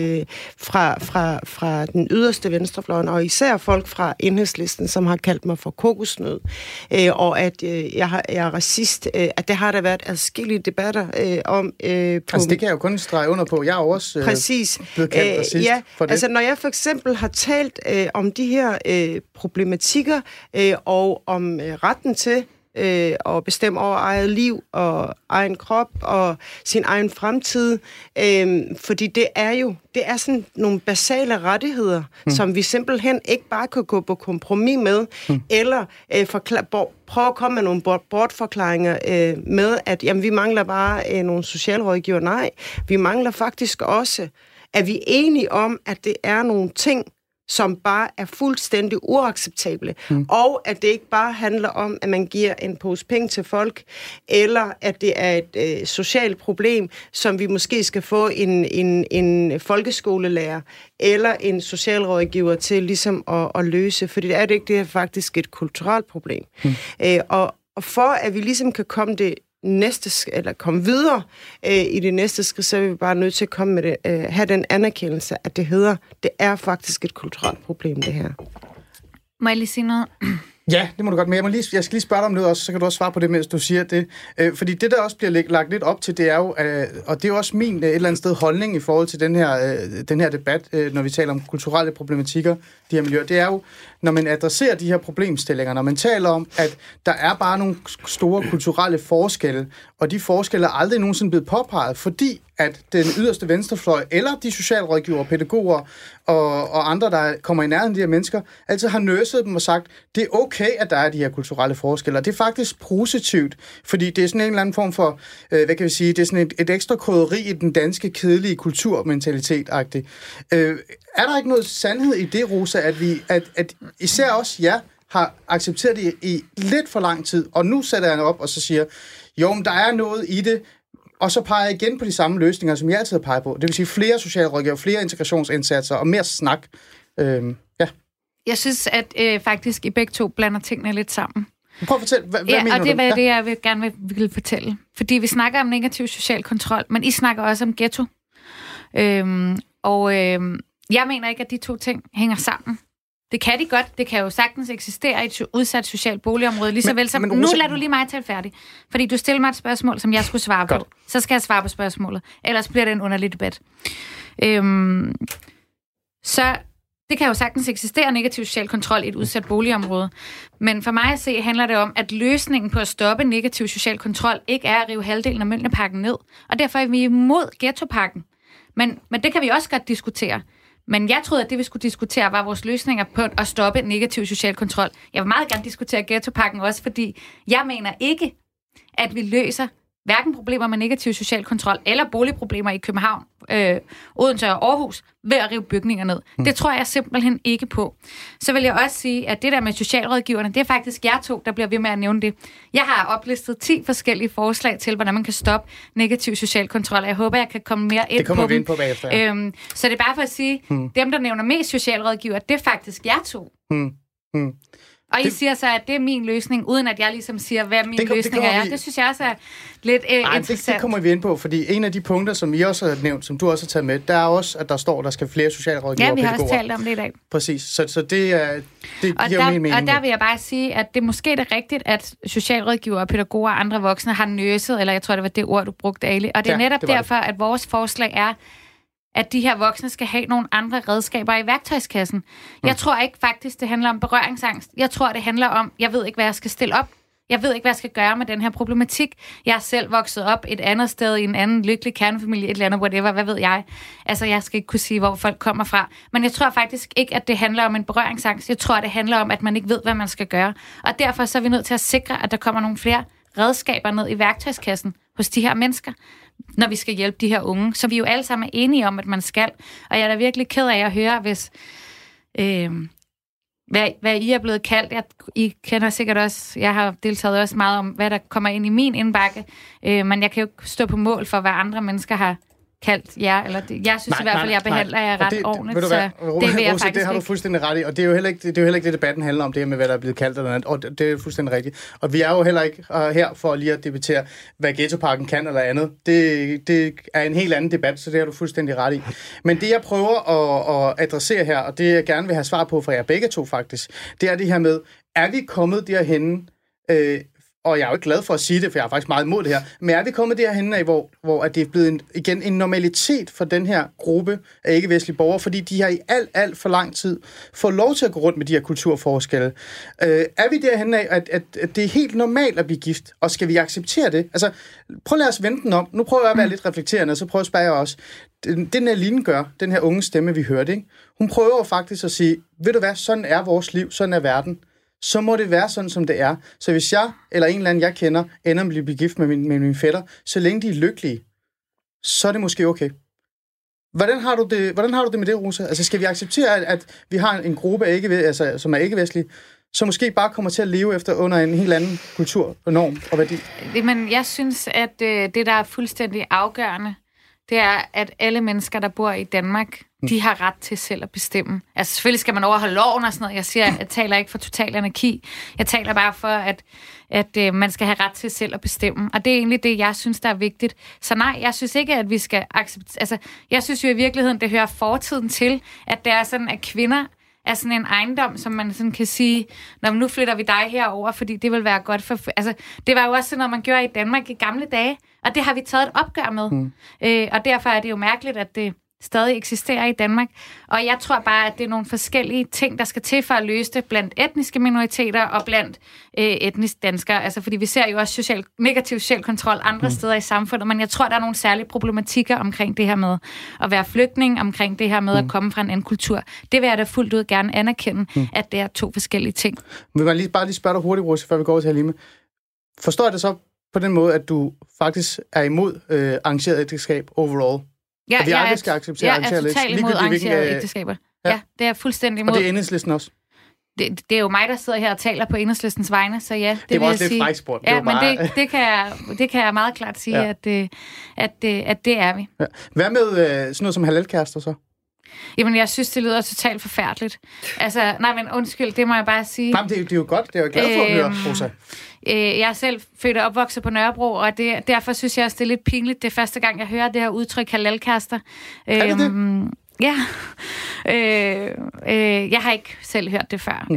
fra den yderste venstrefløjen, og især folk fra Enhedslisten, som har kaldt mig for kokosnød, og at jeg er racist. At det har der været adskillige debatter om. Altså det kan jeg jo kun strege under på. Jeg er også blevet kaldt racist for det. Altså når jeg for eksempel har talt om de her problematikker og om retten til og bestemme over eget liv og egen krop og sin egen fremtid. Fordi det er sådan nogle basale rettigheder, som vi simpelthen ikke bare kan gå på kompromis med, eller prøve at komme med nogle bortforklaringer med, at jamen, vi mangler bare nogle socialrådgiver. Nej, vi mangler faktisk også, at vi er enige om, at det er nogle ting, som bare er fuldstændig uacceptable, og at det ikke bare handler om, at man giver en pose penge til folk, eller at det er et socialt problem, som vi måske skal få en folkeskolelærer eller en socialrådgiver til ligesom at løse, fordi det er det ikke, det er faktisk et kulturelt problem. Og for at vi ligesom kan komme videre i det næste skridt, så er vi bare nødt til at komme med det, have den anerkendelse, at det er faktisk et kulturelt problem, det her. Må jeg lige sige noget? Ja, det må du godt, men jeg skal lige spørge dig om noget også, så kan du også svare på det, mens du siger det. Fordi det, der også bliver lagt lidt op til, det er jo, og det er jo også min et eller andet sted holdning i forhold til den her debat, når vi taler om kulturelle problematikker, de her miljøer, det er jo, når man adresserer de her problemstillinger, når man taler om, at der er bare nogle store kulturelle forskelle, og de forskelle er aldrig nogensinde blevet påpeget, fordi at den yderste venstrefløj, eller de socialrådgivere, pædagoger og andre, der kommer i nærheden af de her mennesker, altid har nøset dem og sagt, det er okay, at der er de her kulturelle forskelle, og det er faktisk positivt, fordi det er sådan en eller anden form for, hvad kan vi sige, det er sådan et ekstra koderi i den danske kedelige kulturmentalitet-agtigt. Er der ikke noget sandhed i det, Rosa, at især også har accepteret det i lidt for lang tid, og nu sætter jeg op og så siger, jo, men der er noget i det, og så peger jeg igen på de samme løsninger, som jeg altid har peget på. Det vil sige flere socialrådgiver, flere integrationsindsatser og mere snak. Jeg synes, at faktisk I begge to blander tingene lidt sammen. Prøv at fortælle, hvad mener du? Ja, og det er det, jeg gerne vil fortælle. Fordi vi snakker om negativ social kontrol, men I snakker også om ghetto. Jeg mener ikke, at de to ting hænger sammen. Det kan de godt. Det kan jo sagtens eksistere i et udsat socialt boligområde, lige så vel som... Nu lader du lige mig tale færdig. Fordi du stiller mig et spørgsmål, som jeg skulle svare på. Så skal jeg svare på spørgsmålet. Ellers bliver det en underlig debat. Så det kan jo sagtens eksistere negativ social kontrol i et udsat boligområde. Men for mig at se, handler det om, at løsningen på at stoppe negativ social kontrol ikke er at rive halvdelen af Mjølnerparken ned. Og derfor er vi imod ghettoparken. Men det kan vi også godt diskutere. Men jeg troede, at det, vi skulle diskutere, var vores løsninger på at stoppe negativ social kontrol. Jeg vil meget gerne diskutere ghettopakken også, fordi jeg mener ikke, at vi løser hverken problemer med negativ social kontrol eller boligproblemer i København, Odense og Aarhus ved at rive bygninger ned. Det tror jeg simpelthen ikke på. Så vil jeg også sige, at det der med socialrådgiverne, det er faktisk jer to, der bliver ved med at nævne det. Jeg har oplistet 10 forskellige forslag til, hvordan man kan stoppe negativ social kontrol, og jeg håber, jeg kan komme mere ind på dem. Det kommer vi ind på bagefter, ja. Så det er bare for at sige, dem, der nævner mest socialrådgiver, det er faktisk jer to. Og I siger så, at det er min løsning, uden at jeg ligesom siger, hvad min løsning er. Det synes jeg også er lidt interessant. Det kommer vi ind på, fordi en af de punkter, som I også har nævnt, som du også har taget med, der er også, at der står, at der skal flere socialrådgivere og pædagoger. Ja, vi har også talt om det i dag. Præcis, så det giver jo min mening. Og der vil jeg bare sige, at det måske er rigtigt, at socialrådgivere og pædagoger og andre voksne har nøset, eller jeg tror, det var det ord, du brugte, Ali. Og det er netop derfor, at vores forslag er, at de her voksne skal have nogle andre redskaber i værktøjskassen. Jeg tror ikke faktisk, det handler om berøringsangst. Jeg tror, det handler om, jeg ved ikke, hvad jeg skal stille op. Jeg ved ikke, hvad jeg skal gøre med den her problematik. Jeg er selv vokset op et andet sted i en anden lykkelig kernefamilie, et eller andet, whatever, hvad ved jeg. Altså, jeg skal ikke kunne sige, hvor folk kommer fra. Men jeg tror faktisk ikke, at det handler om en berøringsangst. Jeg tror, det handler om, at man ikke ved, hvad man skal gøre. Og derfor så er vi nødt til at sikre, at der kommer nogle flere redskaber ned i værktøjskassen hos de her mennesker. når vi skal hjælpe de her unge, som vi jo alle sammen er enige om, at man skal. Og jeg er da virkelig ked af at høre, hvis hvad I er blevet kaldt. I kender sikkert også, jeg har deltaget også meget om, hvad der kommer ind i min indbakke, men jeg kan jo ikke stå på mål for, hvad andre mennesker har kaldt jer, eller jeg synes i hvert fald, jeg behandler jer ret ordentligt, så det vil jeg faktisk det har du fuldstændig ret i, og det er jo heller ikke det, debatten handler om, det her med, hvad der er blevet kaldt eller andet, og det er fuldstændig rigtigt. Og vi er jo heller ikke her for lige at debattere, hvad ghettoparken kan eller andet. Det er en helt anden debat, så det har du fuldstændig ret i. Men det, jeg prøver at adressere her, og det jeg gerne vil have svar på fra jer begge to faktisk, det er det her med, er vi kommet derhenne, og jeg er jo ikke glad for at sige det, for jeg er faktisk meget imod det her, men er vi kommet derhen af, hvor det er blevet en normalitet for den her gruppe af ikke-vestlige borgere, fordi de har i alt for lang tid fået lov til at gå rundt med de her kulturforskelle. Er vi derhen af, at det er helt normalt at blive gift, og skal vi acceptere det? Altså, prøv at lade os vente den om. Nu prøver jeg at være lidt reflekterende, og så prøver jeg at spørge jer også. Den her Line gør, den her unge stemme, vi hørte, ikke? Hun prøver faktisk at sige, ved du hvad, sådan er vores liv, sådan er verden. Så må det være sådan, som det er. Så hvis jeg, eller en eller anden, jeg kender, ender med at blive gift med min fætter, så længe de er lykkelige, så er det måske okay. Hvordan har du det med det, Rosa? Altså, skal vi acceptere, at vi har en gruppe, som er ikke-vestlige, som måske bare kommer til at leve efter under en helt anden kultur og norm og værdi? Men jeg synes, at det, der er fuldstændig afgørende, det er, at alle mennesker, der bor i Danmark, de har ret til selv at bestemme. Altså selvfølgelig skal man overholde loven og sådan noget. Jeg taler ikke for total anarki. Jeg taler bare for, at man skal have ret til selv at bestemme. Og det er egentlig det, jeg synes, der er vigtigt. Så nej, jeg synes ikke, at vi skal acceptere... Altså, jeg synes jo i virkeligheden, det hører fortiden til, at det er sådan, at kvinder er sådan en ejendom, som man sådan kan sige, når nu flytter vi dig herover, fordi det vil være godt for... Altså, det var jo også sådan noget, man gjorde i Danmark i gamle dage, og det har vi taget et opgør med. Og derfor er det jo mærkeligt, at det stadig eksisterer i Danmark. Og jeg tror bare, at det er nogle forskellige ting, der skal til for at løse det blandt etniske minoriteter og blandt etniske danskere. Altså, fordi vi ser jo også negativ social kontrol andre steder i samfundet, men jeg tror, der er nogle særlige problematikker omkring det her med at være flygtning, omkring det her med at komme fra en anden kultur. Det vil jeg da fuldt ud gerne anerkende, at det er to forskellige ting. Vil man bare lige spørge dig hurtigt, Rosa, før vi går over til Halime. Forstår jeg det så på den måde, at du faktisk er imod arrangeret ægteskab overall? Ja, at vi aldrig skal acceptere jeg er totalt imod arrangerede ægteskaber. Ja, det er jeg fuldstændig imod. Og det er Enhedslisten også? Det er jo mig, der sidder her og taler på Enhedslistens vegne, så ja, det var også lidt fræksport. Ja, men det kan jeg meget klart sige, at det er vi. Ja. Hvad med sådan noget som halalkærester så? Jamen, jeg synes, det lyder totalt forfærdeligt. Altså, nej, men undskyld, det må jeg bare sige. Jamen, det er jo godt. Det er jo glad for at høre, Rosa. Jeg er selv født og opvokset på Nørrebro, og derfor synes jeg også, det er lidt pinligt. Det er første gang, jeg hører det her udtryk halalkærester. Er det det? Ja. Jeg har ikke selv hørt det før.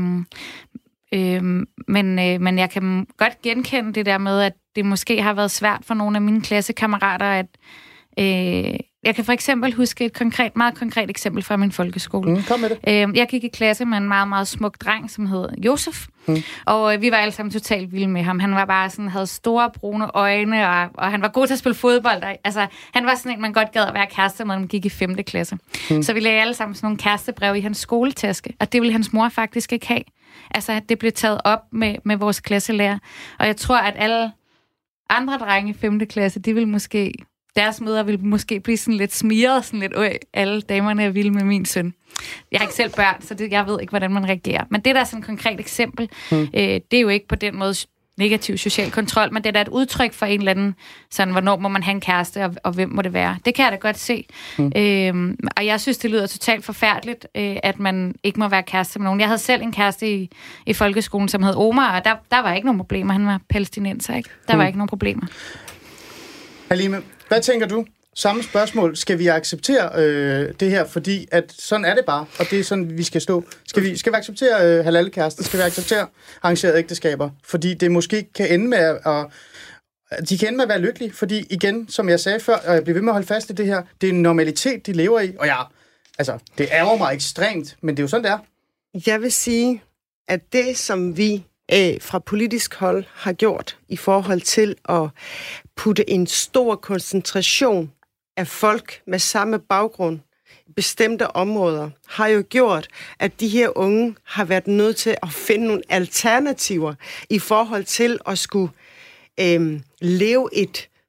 Men jeg kan godt genkende det der med, at det måske har været svært for nogle af mine klassekammerater, at jeg kan for eksempel huske et meget konkret eksempel fra min folkeskole. Kom med det. Jeg gik i klasse med en meget, meget smuk dreng, som hed Josef. Og vi var alle sammen totalt vilde med ham. Han var bare sådan, havde store brune øjne, og han var god til at spille fodbold. Altså, han var sådan en, man godt gad at være kæreste med, når man gik i 5. klasse. Så vi lagde alle sammen sådan nogle kærestebrev i hans skoletaske, og det ville hans mor faktisk ikke have. Altså, det blev taget op med vores klasselærer. Og jeg tror, at alle andre drenge i 5. klasse, de ville måske... Deres mødre ville måske blive sådan lidt smiret, sådan lidt, alle damerne er vilde med min søn. Jeg har ikke selv børn, så jeg ved ikke, hvordan man reagerer. Men det der er sådan et konkret eksempel, det er jo ikke på den måde negativ social kontrol, men det er da et udtryk for en eller anden, sådan, hvornår må man have en kæreste, og hvem må det være. Det kan jeg da godt se. Og jeg synes, det lyder totalt forfærdeligt, at man ikke må være kæreste med nogen. Jeg havde selv en kæreste i folkeskolen, som hed Omar, og der var ikke nogen problemer. Han var palæstinenser, ikke? Der var ikke nogen problemer. Halime, hvad tænker du? Samme spørgsmål. Skal vi acceptere det her, fordi at sådan er det bare, og det er sådan, vi skal stå. Skal vi acceptere halalkærester? Skal vi acceptere arrangerede ægteskaber? Fordi det måske kan ende med de kan ende med at være lykkelige, fordi igen, som jeg sagde før, og jeg bliver ved med at holde fast i det her, det er en normalitet, de lever i, og det ærger mig ekstremt, men det er jo sådan, det er. Jeg vil sige, at det, som vi fra politisk hold har gjort i forhold til at putte en stor koncentration af folk med samme baggrund i bestemte områder, har jo gjort, at de her unge har været nødt til at finde nogle alternativer i forhold til at skulle leve et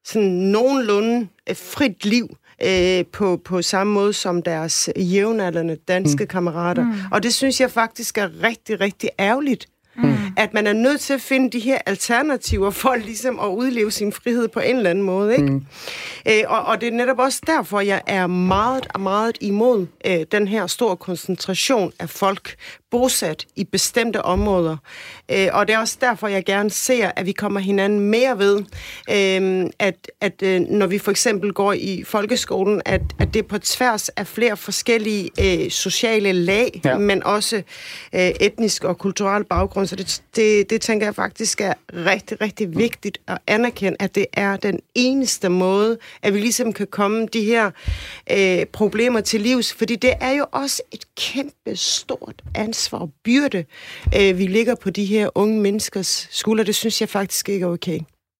sådan nogenlunde frit liv på samme måde som deres jævnaldrende danske kammerater. Og det synes jeg faktisk er rigtig, rigtig ærgerligt. At man er nødt til at finde de her alternativer for ligesom at udleve sin frihed på en eller anden måde, ikke? Og det er netop også derfor, jeg er meget, meget imod den her store koncentration af folk bosat i bestemte områder. Og det er også derfor, jeg gerne ser, at vi kommer hinanden mere ved, at når vi for eksempel går i folkeskolen, at det er på tværs af flere forskellige sociale lag, men også etnisk og kulturel baggrund. Så det tænker jeg faktisk er rigtig, rigtig vigtigt at anerkende, at det er den eneste måde, at vi ligesom kan komme de her problemer til livs. Fordi det er jo også et kæmpe stort ansvar og byrde, vi ligger på de her unge menneskers skuldre. Det synes jeg faktisk ikke er okay.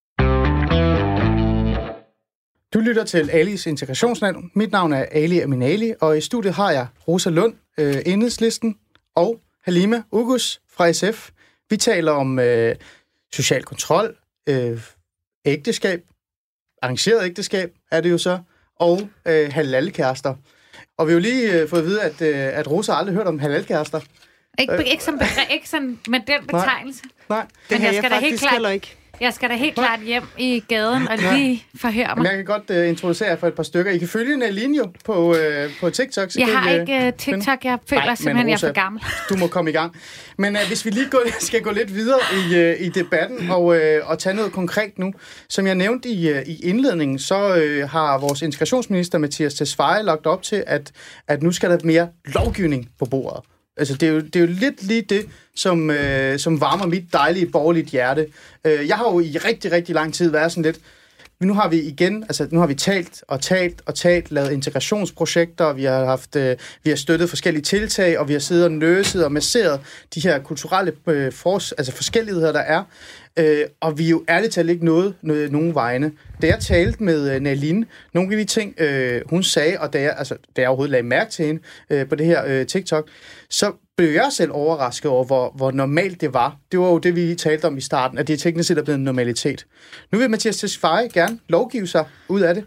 Du lytter til Alis Integrationsnævn. Mit navn er Ali Aminali, og i studiet har jeg Rosa Lund, Enhedslisten, og Halime Oguz fra SF. Vi taler om social kontrol, ægteskab, arrangeret ægteskab er det jo så, og halalkærester. Og vi har jo lige fået at vide, at Rosa aldrig hørt om halalkærester. Ikke sådan med den betegnelse. Nej. Det har jeg faktisk heller ikke. Jeg skal da helt klart hjem i gaden og lige forhøre mig. Men jeg kan godt introducere jer for et par stykker. I kan følge Naline jo på TikTok. Jeg har ikke TikTok. Jeg føler simpelthen, jeg er for gammel. Du må komme i gang. Men hvis vi lige skal gå lidt videre i debatten og tage noget konkret nu. Som jeg nævnte i indledningen, så har vores integrationsminister Mattias Tesfaye lagt op til, at nu skal der mere lovgivning på bordet. Altså, det er jo lidt lige det, som varmer mit dejlige borgerligt hjerte. Jeg har jo i rigtig, rigtig lang tid været sådan lidt... Nu har vi talt, lavet integrationsprojekter, vi har støttet forskellige tiltag, og vi har siddet og nøset og masseret de her kulturelle forskelligheder, der er. Og vi er jo ærligt talt ikke nogen vegne. Da jeg talte med Naline, nogle af de ting, hun sagde, og da jeg overhovedet lagde mærke til hende på det her TikTok, så blev jeg selv overrasket over, hvor normalt det var. Det var jo det, vi talte om i starten, at det teknisk set er blevet en normalitet. Nu vil Mattias Tesfaye gerne lovgive sig ud af det.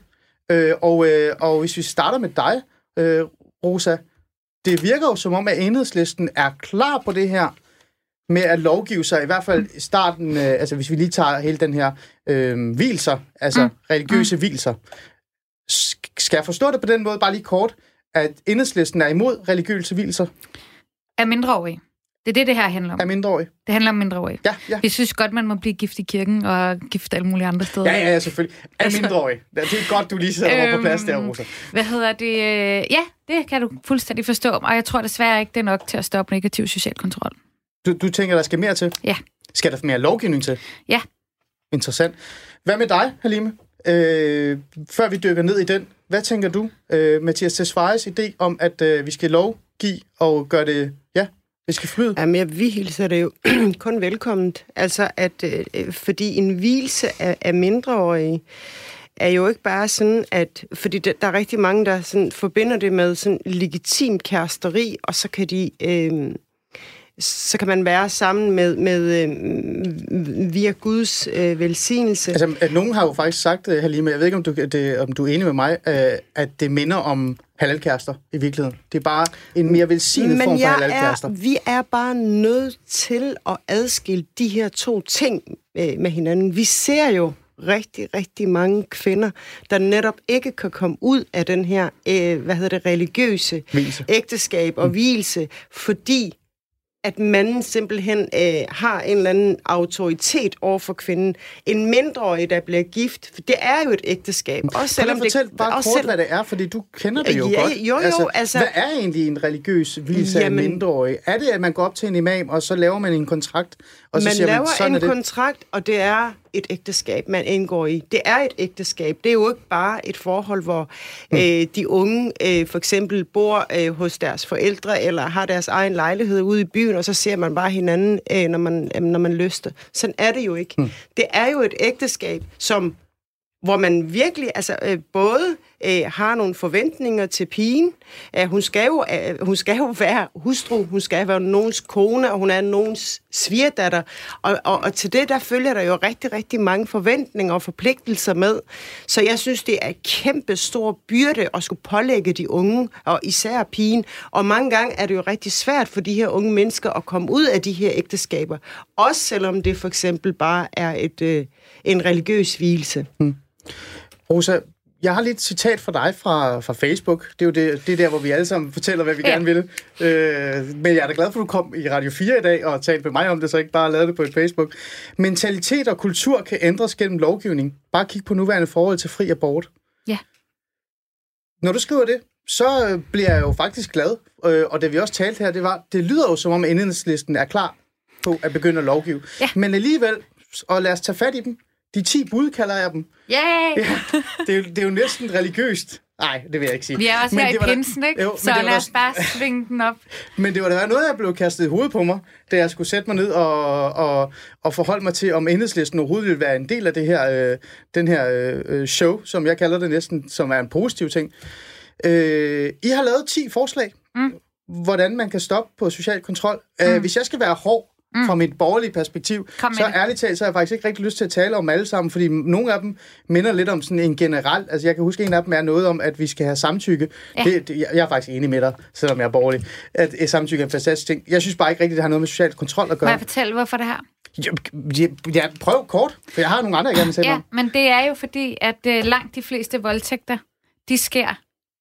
Og hvis vi starter med dig, Rosa, det virker jo som om, at Enhedslisten er klar på det her, med at lovgive sig, i hvert fald i starten, hvis vi lige tager hele den her vielser, religiøse vielser. Skal jeg forstå det på den måde, bare lige kort, at Enhedslisten er imod religiøse vielser? Er mindreårige. Det er det her handler om. Er mindreårige? Det handler om mindreårige. Ja. Vi synes godt, man må blive gift i kirken og gift alle mulige andre steder. Ja, selvfølgelig. Er mindreårige. Det er godt, du lige sætter på plads der, Rosa. Ja, det kan du fuldstændig forstå. Og jeg tror desværre ikke, det er nok til at stoppe negativ social kontrol. Du tænker, der skal mere til? Ja. Skal der mere lovgivning til? Ja. Interessant. Hvad med dig, Halime? Før vi dykker ned i den, hvad tænker du, Mattias Tesfayes idé om, at vi skal lovgive og gøre det, vi skal forbyde? Jamen, vi hilser det jo kun velkomment. Altså, fordi en vielse af mindreårige er jo ikke bare sådan, fordi der er rigtig mange, der sådan forbinder det med sådan legitimt kæresteri, og så kan de... så kan man være sammen med via Guds velsignelse. Altså, at nogen har jo faktisk sagt, Halime, jeg ved ikke, om du er enig med mig, at det minder om halalkærester i virkeligheden. Det er bare en mere velsignet form for halalkærester. Vi er bare nødt til at adskille de her to ting med hinanden. Vi ser jo rigtig, rigtig mange kvinder, der netop ikke kan komme ud af den her, religiøse ægteskab og vielse, fordi at manden simpelthen har en eller anden autoritet over for kvinden. En mindreårig, der bliver gift, for det er jo et ægteskab. Også selvom fortæl bare kort, hvad det er, fordi du kender det jo godt. Jo, altså, hvad er egentlig en religiøs vielse af mindreårig? Er det, at man går op til en imam, og så laver man en kontrakt? Og så siger man, sådan laver en kontrakt, og det er et ægteskab, man indgår i. Det er et ægteskab. Det er jo ikke bare et forhold, hvor de unge for eksempel bor hos deres forældre, eller har deres egen lejlighed ude i byen, og så ser man bare hinanden, når man lyster. Sådan er det jo ikke. Det er jo et ægteskab, hvor man virkelig, både har nogle forventninger til pigen. Hun skal jo være hustru, hun skal være nogens kone, og hun er nogens svigerdatter. Og til det, der følger der jo rigtig, rigtig mange forventninger og forpligtelser med. Så jeg synes, det er et kæmpe stor byrde at skulle pålægge de unge, og især pigen. Og mange gange er det jo rigtig svært for de her unge mennesker at komme ud af de her ægteskaber. Også selvom det for eksempel bare er en religiøs vielse. Rosa, jeg har lidt et citat fra dig fra Facebook. Det er jo det der, hvor vi alle sammen fortæller, hvad vi gerne vil. Men jeg er da glad for, at du kom i Radio 4 i dag og talte med mig om det, så ikke bare lavede det på et Facebook. Mentalitet og kultur kan ændres gennem lovgivning. Bare kig på nuværende forhold til fri abort. Ja. Når du skriver det, så bliver jeg jo faktisk glad. Og det vi også talte her, det lyder jo som om Enhedslisten er klar på at begynde at lovgive. Ja. Men alligevel, og lad os tage fat i dem. De 10 bud kalder jeg dem. Yay! Ja, det er jo næsten religiøst. Nej, det vil jeg ikke sige. Vi er også her i pinsen, ikke? Jo, så lad os bare svinge den op. Men det var da noget, jeg blev kastet i hovedet på mig, da jeg skulle sætte mig ned og forholde mig til, om Enhedslisten overhovedet ville være en del af det her, den her show, som jeg kalder det næsten, som er en positiv ting. I har lavet 10 forslag, hvordan man kan stoppe på social kontrol. Hvis jeg skal være hård, fra mit borgerlige perspektiv, så ærligt talt, så har jeg faktisk ikke rigtig lyst til at tale om alle sammen, fordi nogle af dem minder lidt om sådan en generel, altså jeg kan huske, en af dem er noget om, at vi skal have samtykke. Ja. Jeg er faktisk enig med dig, selvom jeg er borgerlig, at samtykke er en fantastisk ting. Jeg synes bare ikke rigtigt, det har noget med social kontrol at gøre. Må jeg fortælle, hvorfor det her? Ja, prøv kort, for jeg har nogle andre, jeg gerne vil sætte om. Ja, men det er jo fordi, at langt de fleste voldtægter, de sker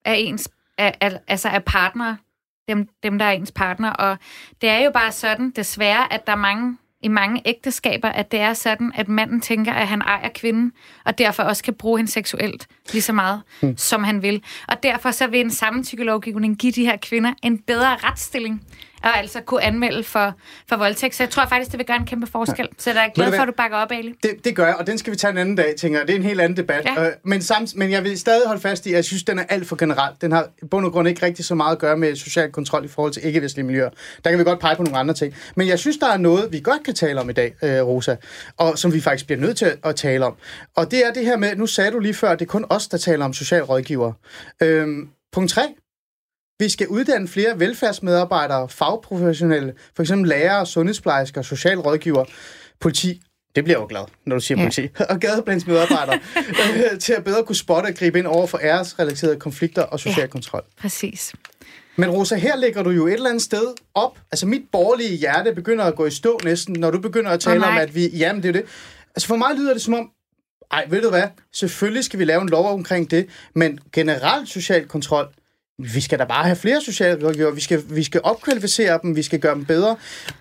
af partnere. Dem, der er ens partner. Og det er jo bare sådan, desværre, at der er i mange ægteskaber, at det er sådan, at manden tænker, at han ejer kvinden, og derfor også kan bruge hende seksuelt lige så meget, som han vil. Og derfor så vil en samtykkelovgivning give de her kvinder en bedre retsstilling, og altså kunne anmelde for voldtægt. Så jeg tror faktisk, det vil gøre en kæmpe forskel. Ja. Så jeg er glad for, at du bakker op, Ali. Det gør jeg, og den skal vi tage en anden dag, tænker jeg. Det er en helt anden debat. Ja. Men jeg vil stadig holde fast i, at jeg synes, den er alt for generelt. Den har i bund og grund ikke rigtig så meget at gøre med social kontrol i forhold til ikke-vestlige miljøer. Der kan vi godt pege på nogle andre ting. Men jeg synes, der er noget, vi godt kan tale om i dag, Rosa, og som vi faktisk bliver nødt til at tale om. Og det er det her med, nu sagde du lige før, at det er kun os, der taler om socialrådgivere. Punkt 3. Vi skal uddanne flere velfærdsmedarbejdere, fagprofessionelle, for eksempel lærere, sundhedsplejersker, socialrådgivere, politi. Det bliver jo glad, når du siger politi. Og gadeplansmedarbejdere til at bedre kunne spotte og gribe ind over for æresrelaterede konflikter og social kontrol. Præcis. Men Rosa, her ligger du jo et eller andet sted op. Altså mit borgerlige hjerte begynder at gå i stå næsten, når du begynder at tale om, at vi... Jamen, det er det. Altså for mig lyder det som om, ved du hvad? Selvfølgelig skal vi lave en lov omkring det, men generelt social kontrol, vi skal da bare have flere socialrådgivere, vi skal opkvalificere dem, vi skal gøre dem bedre,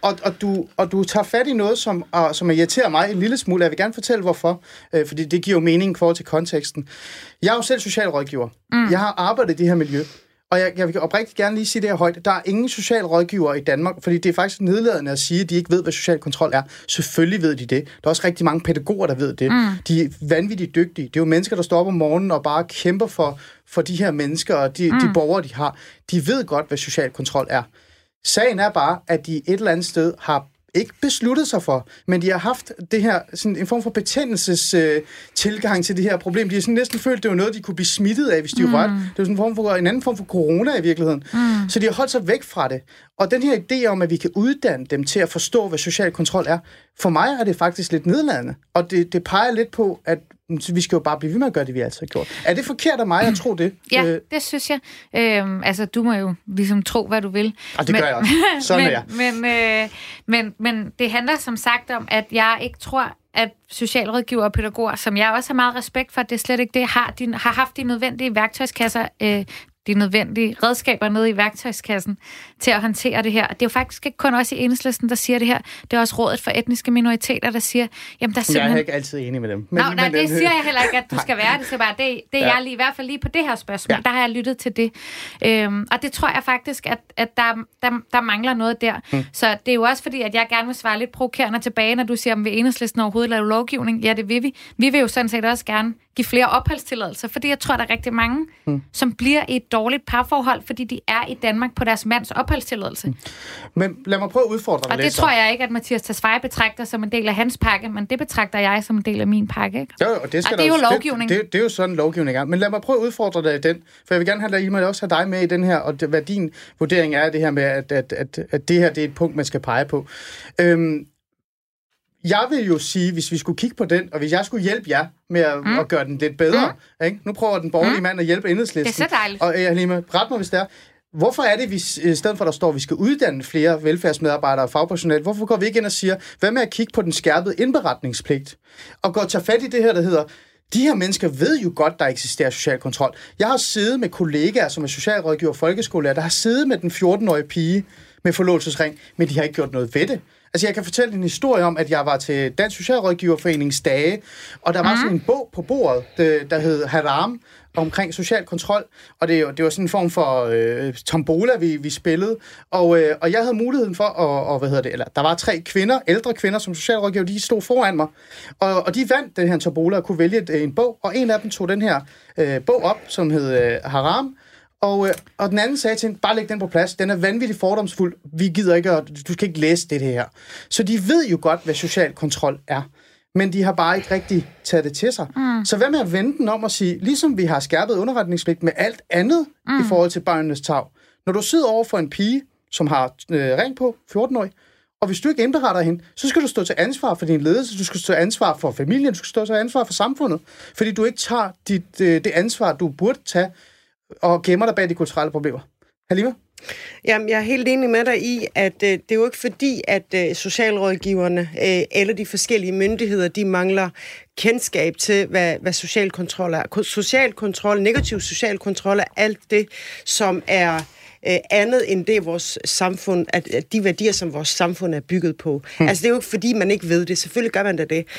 og du tager fat i noget, som irriterer mig en lille smule. Jeg vil gerne fortælle, hvorfor, fordi det giver jo mening i forhold til konteksten. Jeg er jo selv socialrådgiver. Jeg har arbejdet i det her miljø, og jeg vil oprigtigt gerne lige sige det her højt. Der er ingen socialrådgivere i Danmark, fordi det er faktisk nedladende at sige, at de ikke ved, hvad social kontrol er. Selvfølgelig ved de det. Der er også rigtig mange pædagoger, der ved det. De er vanvittigt dygtige. Det er jo mennesker, der står op om morgenen og bare kæmper for de her mennesker og de borgere, de har. De ved godt, hvad social kontrol er. Sagen er bare, at de et eller andet sted har ikke besluttet sig for, men de har haft det her, sådan en form for betændelsestilgang til det her problem. De har sådan næsten følt, det var noget, de kunne blive smittet af, hvis de rørte. Det var sådan en anden form for corona i virkeligheden. Så de har holdt sig væk fra det. Og den her idé om, at vi kan uddanne dem til at forstå, hvad social kontrol er, for mig er det faktisk lidt nedladende. Og det peger lidt på, at vi skal jo bare blive ved med at gøre det, vi altid har gjort. Er det forkert af mig at tro det? Ja, det synes jeg. Altså, du må jo ligesom tro, hvad du vil. Og det gør jeg også. Sådan er jeg. Men det handler som sagt om, at jeg ikke tror, at socialrådgiver og pædagoger, som jeg også har meget respekt for, det er slet ikke det, har haft de nødvendige værktøjskasser, de nødvendige redskaber nede i værktøjskassen til at håndtere det her. Det er jo faktisk ikke kun også i Enhedslisten, der siger det her. Det er også Rådet for Etniske Minoriteter, der siger, jamen der er simpelthen... Jeg er ikke altid enig med dem. Nej, det siger jeg heller ikke, at du skal være. Det skal bare, det er jeg lige, i hvert fald lige på det her spørgsmål, der har jeg lyttet til det. Og det tror jeg faktisk, at der mangler noget der. Så det er jo også fordi, at jeg gerne vil svare lidt provokerende tilbage, når du siger, om vil Enhedslisten overhovedet lave lovgivning? Ja, det vil vi. Vi vil jo sådan set også gerne give flere opholdstilladelser, fordi jeg tror, der er rigtig mange, som bliver i et dårligt parforhold, fordi de er i Danmark på deres mands opholdstilladelse. Men lad mig prøve at udfordre dig lidt. Og det tror jeg ikke, at Mattias Tesfaye betragter som en del af hans pakke, men det betragter jeg som en del af min pakke. Ikke? Jo, og det er jo lovgivning. Det er jo sådan, lovgivning er. Men lad mig prøve at udfordre dig i den, for jeg vil gerne have dig med i den her, og hvad din vurdering er af det her med, at det her det er et punkt, man skal pege på. Jeg vil jo sige, hvis vi skulle kigge på den, og hvis jeg skulle hjælpe jer med at gøre den lidt bedre, ikke? Nu prøver den borgerlige mand at hjælpe Enhedslisten. Det er så dejligt. Og Halime, ret mig, hvis det er. Hvorfor er det, vi, i stedet for, der står, at vi skal uddanne flere velfærdsmedarbejdere og fagpersonale, hvorfor går vi ikke ind og siger, hvad med at kigge på den skærpede indberetningspligt, og gå og tage fat i det her, der hedder, de her mennesker ved jo godt, der eksisterer social kontrol. Jeg har siddet med kollegaer, som er socialrådgiver og folkeskolelærer, der har siddet med den 14-årige pige med forlovelsesring, men de har ikke gjort noget ved det. Altså, jeg kan fortælle en historie om, at jeg var til Dansk Socialrådgiverforeningens dage, og der var sådan en bog på bordet, der hed Haram, omkring social kontrol, og det var sådan en form for tombola, vi spillede, og jeg havde muligheden for der var 3 kvinder, ældre kvinder, som socialrådgiver, de stod foran mig, og de vandt den her tombola og kunne vælge en bog, og en af dem tog den her bog op, som hed Haram, og den anden sagde til hende, bare læg den på plads, den er vanvittigt fordomsfuld, vi gider ikke, du skal ikke læse det her. Så de ved jo godt, hvad social kontrol er, men de har bare ikke rigtig taget det til sig. Så hvad med at vende den om og sige, ligesom vi har skærpet underretningspligt med alt andet i forhold til børnenes tarv. Når du sidder over for en pige, som har ring på, 14-årig, og hvis du ikke indberetter hende, så skal du stå til ansvar for din ledelse, du skal stå til ansvar for familien, du skal stå til ansvar for samfundet, fordi du ikke tager det ansvar, du burde tage, og gemmer dig bag de kulturelle problemer. Halime? Jamen, jeg er helt enig med dig i, at det er jo ikke fordi, at socialrådgiverne eller de forskellige myndigheder, de mangler kendskab til, hvad social kontrol er. Social kontrol, negativ social kontrol er alt det, som er andet end det vores samfund, at de værdier, som vores samfund er bygget på. Altså, det er jo ikke fordi, man ikke ved det. Selvfølgelig gør man da det.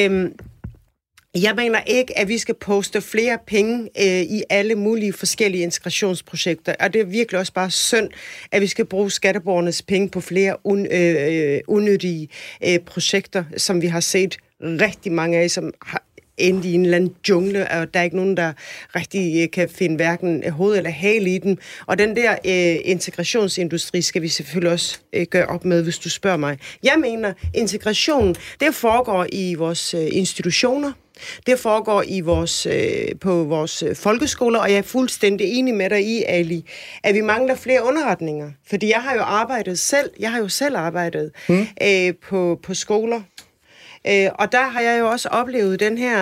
Jeg mener ikke, at vi skal poste flere penge i alle mulige forskellige integrationsprojekter, og det er virkelig også bare synd, at vi skal bruge skatteborgernes penge på flere unyttige projekter, som vi har set rigtig mange af, som har endt i en eller anden jungle, og der er ikke nogen, der rigtig kan finde hverken hoved eller hale i den. Og den der integrationsindustri skal vi selvfølgelig også gøre op med, hvis du spørger mig. Jeg mener, integration, det foregår i vores institutioner, det foregår på vores folkeskoler, og jeg er fuldstændig enig med dig i, Ali, at vi mangler flere underretninger. Fordi jeg har jo selv arbejdet på skoler, og der har jeg jo også oplevet den her,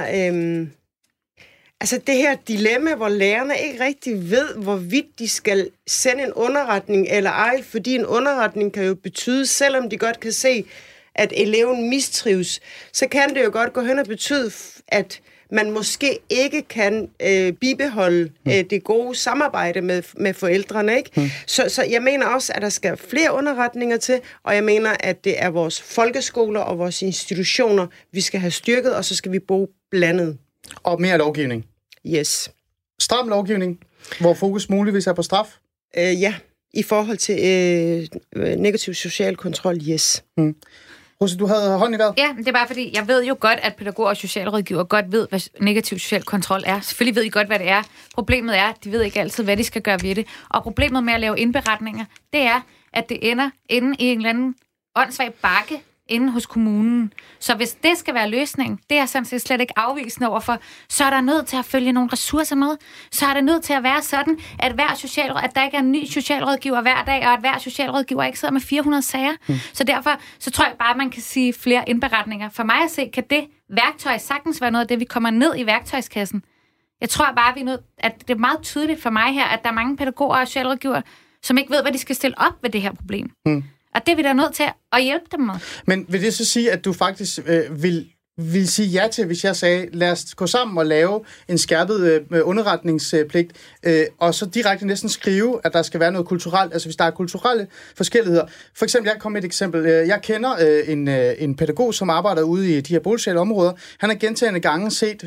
det her dilemma, hvor lærerne ikke rigtig ved, hvorvidt de skal sende en underretning eller ej, fordi en underretning kan jo betyde, selvom de godt kan se, at eleven mistrives, så kan det jo godt gå hen og betyde, at man måske ikke kan bibeholde det gode samarbejde med forældrene, ikke? Så jeg mener også, at der skal flere underretninger til, og jeg mener, at det er vores folkeskoler og vores institutioner, vi skal have styrket, og så skal vi bruge blandet. Og mere lovgivning? Yes. Stram lovgivning, hvor fokus muligvis er på straf? Ja, i forhold til negativ social kontrol, yes. Rosa, du havde hånden i vejret? Ja, det er bare fordi, jeg ved jo godt, at pædagoger og socialrådgiver godt ved, hvad negativ social kontrol er. Selvfølgelig ved de godt, hvad det er. Problemet er, at de ved ikke altid, hvad de skal gøre ved det. Og problemet med at lave indberetninger, det er, at det ender inde i en eller anden åndssvag bakke inde hos kommunen. Så hvis det skal være løsningen, det er sådan set slet ikke afvisende overfor, så er der nødt til at følge nogle ressourcer med. Så er det nødt til at være sådan, at at der ikke er en ny socialrådgiver hver dag, og at hver socialrådgiver ikke sidder med 400 sager. Så derfor så tror jeg bare, at man kan sige flere indberetninger. For mig at se, kan det værktøj sagtens være noget af det, vi kommer ned i værktøjskassen. Jeg tror bare, at det er meget tydeligt for mig her, at der er mange pædagoger og socialrådgiver, som ikke ved, hvad de skal stille op ved det her problem. Og det er vi da nødt til at hjælpe dem med. Men vil det så sige, at du faktisk vil sige ja til, hvis jeg sagde, lad os gå sammen og lave en skærpet underretningspligt, og så direkte næsten skrive, at der skal være noget kulturelt, altså hvis der er kulturelle forskelligheder. For eksempel, jeg kom med et eksempel. Jeg kender en pædagog, som arbejder ude i de her boligsociale områder. Han har gentagne gange set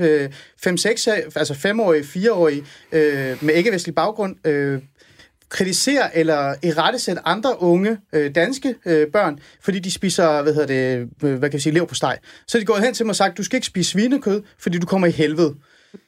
5-årige, 4-årige med ikke-vestlig baggrund kritisere eller irettesætte andre unge danske børn, fordi de spiser, leverpostej. Så de går hen til mig og sagt, du skal ikke spise svinekød, fordi du kommer i helvede.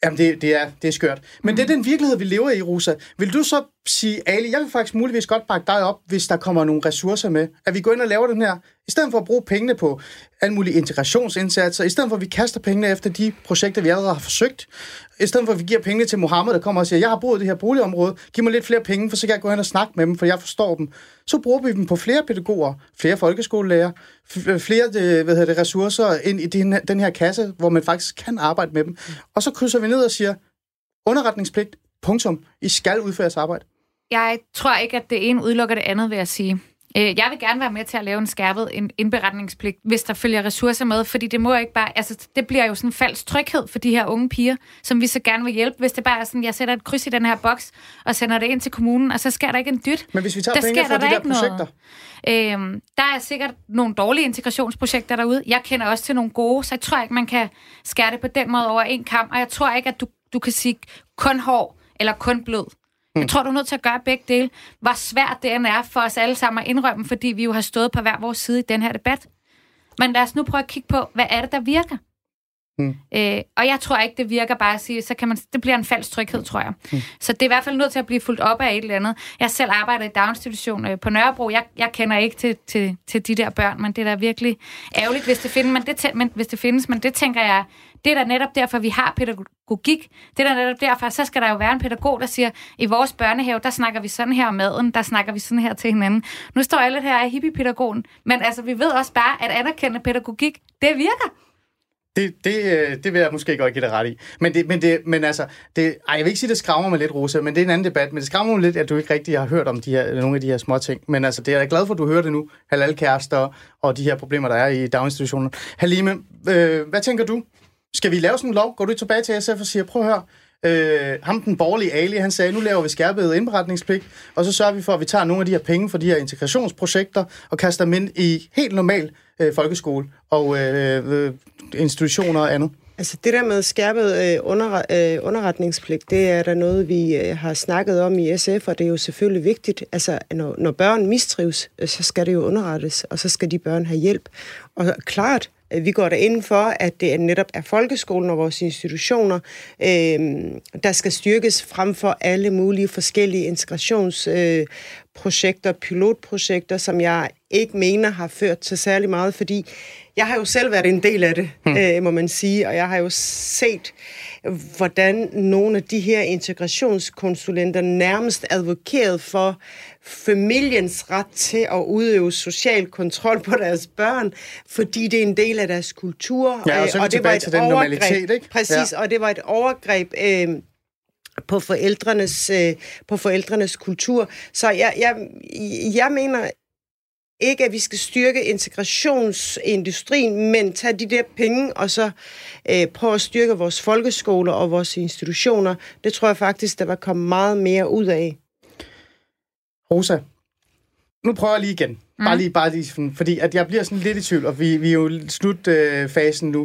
Jamen, det er skørt. Men det er den virkelighed, vi lever i, Rosa. Vil du så sige, Ali, jeg vil faktisk muligvis godt bakke dig op, hvis der kommer nogle ressourcer med, at vi går ind og laver den her, i stedet for at bruge pengene på alle mulige integrationsindsatser, i stedet for at vi kaster pengene efter de projekter, vi allerede har forsøgt, i stedet for at vi giver pengene til Mohammed, der kommer og siger, jeg har boet i det her boligområde, giv mig lidt flere penge, for så kan jeg gå hen og snakke med dem, for jeg forstår dem. Så bruger vi dem på flere pædagoger, flere folkeskolelærer, flere ressourcer ind i den her kasse, hvor man faktisk kan arbejde med dem. Og så krydser vi ned og siger, underretningspligt, punktum, I skal udføre jeres arbejde. Jeg tror ikke, at det ene udelukker det andet, vil jeg sige. Jeg vil gerne være med til at lave en skærpet indberetningspligt, hvis der følger ressourcer med, fordi det må ikke bare, altså det bliver jo sådan en falsk tryghed for de her unge piger, som vi så gerne vil hjælpe, hvis det bare er sådan, jeg sætter et kryds i den her boks, og sender det ind til kommunen, og så sker der ikke en dyt. Men hvis vi tager penge fra de der projekter? Der er sikkert nogle dårlige integrationsprojekter derude. Jeg kender også til nogle gode, så jeg tror ikke, man kan skære det på den måde over en kam, og jeg tror ikke, at du kan sige kun hård eller kun blød. Jeg tror, du er nødt til at gøre begge dele. Hvor svært det end er for os alle sammen at indrømme, fordi vi jo har stået på hver vores side i den her debat. Men lad os nu prøve at kigge på, hvad er det, der virker? Og jeg tror ikke, det virker bare at sige, så kan man, det bliver en falsk tryghed, tror jeg. Så det er i hvert fald nødt til at blive fulgt op af et eller andet. Jeg selv arbejder i daginstitution på Nørrebro. Jeg kender ikke til de der børn, men det er da virkelig ærgerligt, hvis det findes. Men det tænker jeg, det er da netop derfor, vi har pædagogik. Det er da netop derfor, så skal der jo være en pædagog, der siger, i vores børnehave, der snakker vi sådan her om maden, der snakker vi sådan her til hinanden. Nu står jeg lidt her af hippie-pædagogen, men altså, vi ved også bare, at anerkendende pædagogik, det virker. Det vil jeg måske godt give dig ret i. Men jeg vil ikke sige, det skræmmer mig lidt, Rosa, men det er en anden debat. Men det skræmmer mig lidt, at du ikke rigtig har hørt om nogle af de her små ting. Men altså, det er jeg glad for, at du hører det nu. Halal-kærester og de her problemer, der er i daginstitutionerne. Halime, hvad tænker du? Skal vi lave sådan en lov? Går du tilbage til SF og siger, prøv at høre, ham den borgerlige Ali, han sagde, nu laver vi skærpet indberetningspligt, og så sørger vi for, at vi tager nogle af de her penge fra de her integrationsprojekter og kaster dem ind i helt normal folkeskole og institutioner og andet. Altså det der med skærpet underretningspligt, det er der noget, vi har snakket om i SF, og det er jo selvfølgelig vigtigt. Altså når børn mistrives, så skal det jo underrettes, og så skal de børn have hjælp. Og klart, vi går der inden for, at det netop er folkeskolen og vores institutioner, der skal styrkes frem for alle mulige forskellige integrationsprojekter, pilotprojekter, som jeg ikke mener har ført til særlig meget, fordi jeg har jo selv været en del af det, må man sige, og jeg har jo set, hvordan nogle af de her integrationskonsulenter nærmest advokerede for familiens ret til at udøve social kontrol på deres børn, fordi det er en del af deres kultur. Ja, og det var et overgreb. Ikke? Præcis, ja. Og det var et overgreb på forældrenes kultur. Så jeg mener ikke, at vi skal styrke integrationsindustrien, men tage de der penge og så prøve at styrke vores folkeskoler og vores institutioner. Det tror jeg faktisk, der var kommet meget mere ud af. Rosa, nu prøver jeg lige igen. Bare lige, fordi at jeg bliver sådan lidt i tvivl, og vi er jo i slutfasen nu.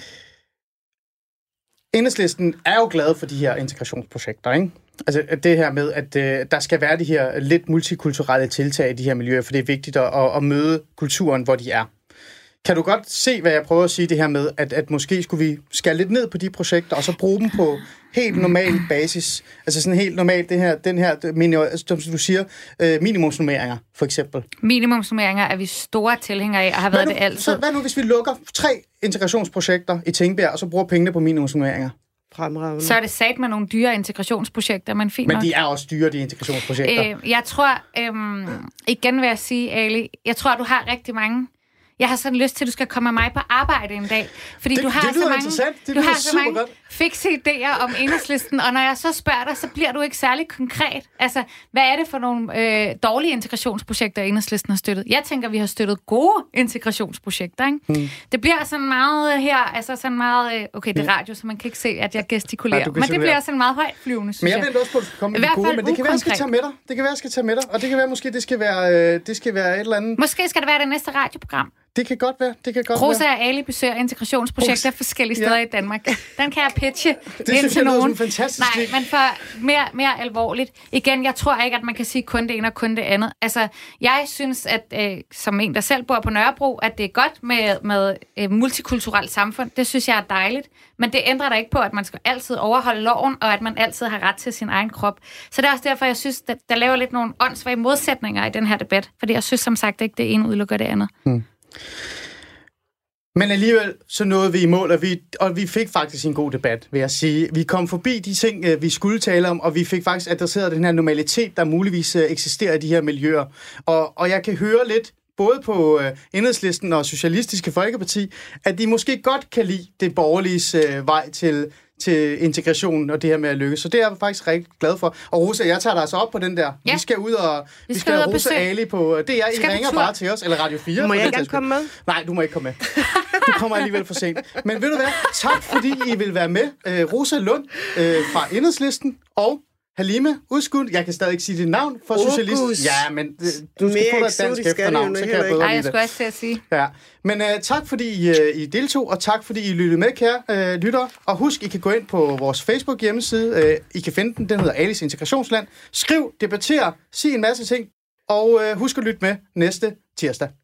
Enhedslisten er jo glad for de her integrationsprojekter, ikke? Altså det her med, at der skal være de her lidt multikulturelle tiltag i de her miljøer, for det er vigtigt at møde kulturen, hvor de er. Kan du godt se, hvad jeg prøver at sige, det her med, at måske skulle vi skære lidt ned på de projekter, og så bruge dem på helt normal basis? Altså sådan helt normalt, den her, som du siger, minimumsnormeringer, for eksempel. Minimumsnormeringer er vi store tilhængere af, og har været det altid. Så hvad nu, hvis vi lukker 3 integrationsprojekter i Tingbjerg, og så bruger pengene på minimumsnormeringer? Fremragende. Så er det sat med nogle dyre integrationsprojekter, men fint nok. Men de er også dyre, de integrationsprojekter. Jeg tror, igen vil jeg sige, Ali, jeg tror, du har rigtig mange. Jeg har sådan lyst til, at du skal komme med mig på arbejde en dag. Fordi du har så mange fikse idéer om Enhedslisten, og når jeg så spørger dig, så bliver du ikke særlig konkret. Altså, hvad er det for nogle dårlige integrationsprojekter, Enhedslisten har støttet? Jeg tænker, vi har støttet gode integrationsprojekter, ikke? Det bliver sådan meget her, altså sådan meget... okay, det er radio, så man kan ikke se, at jeg gestikulerer. Men det bliver sådan meget højtflyvende, synes jeg. Men jeg vil også på, at du skal komme med gode, men det kan være, jeg skal tage med dig. Og det kan være, måske, det skal være et eller andet... Måske skal det være det næste radioprogram. Det kan godt være. Rosa og Ali besøger integrationsprojekter forskellige steder i Danmark. Den kan jeg pitche det synes jeg lyder som fantastisk. Nej, men for mere alvorligt. Igen, jeg tror ikke, at man kan sige kun det ene og kun det andet. Altså, jeg synes, at som en, der selv bor på Nørrebro, at det er godt med multikulturelt samfund. Det synes jeg er dejligt. Men det ændrer da ikke på, at man skal altid overholde loven, og at man altid har ret til sin egen krop. Så det er også derfor, jeg synes, at der laver lidt nogle åndssvage modsætninger i den her debat. Fordi jeg synes som sagt ikke, det ene udelukker det andet. Men alligevel så nåede vi i mål, og vi fik faktisk en god debat, vil jeg sige. Vi kom forbi de ting, vi skulle tale om, og vi fik faktisk adresseret den her normalitet, der muligvis eksisterer i de her miljøer. Og jeg kan høre lidt, både på Enhedslisten og Socialistiske Folkeparti, at de måske godt kan lide det borgerliges vej til integrationen og det her med at lykkes. Så det er jeg faktisk rigtig glad for. Og Rosa, jeg tager dig altså op på den der. Ja. Vi skal ud og Rosa Ali på DR. I ringer bare til os, eller Radio 4. Må jeg gerne komme med? Nej, du må ikke komme med. Du kommer alligevel for sent. Men ved du hvad? Tak fordi I vil være med. Rosa Lund fra Enhedslisten og Halime Udskud. Jeg kan stadig ikke sige dit navn for socialist. Ja, men du skal få dig et dansk efternavn, så kan jeg bedre lide det. Nej, jeg skulle også til at sige. Ja. Men tak fordi I deltog, og tak fordi I lyttede med, kære lyttere. Og husk, I kan gå ind på vores Facebook-hjemmeside. I kan finde den hedder Alis Integrationsland. Skriv, debatter, sig en masse ting, og husk at lytte med næste tirsdag.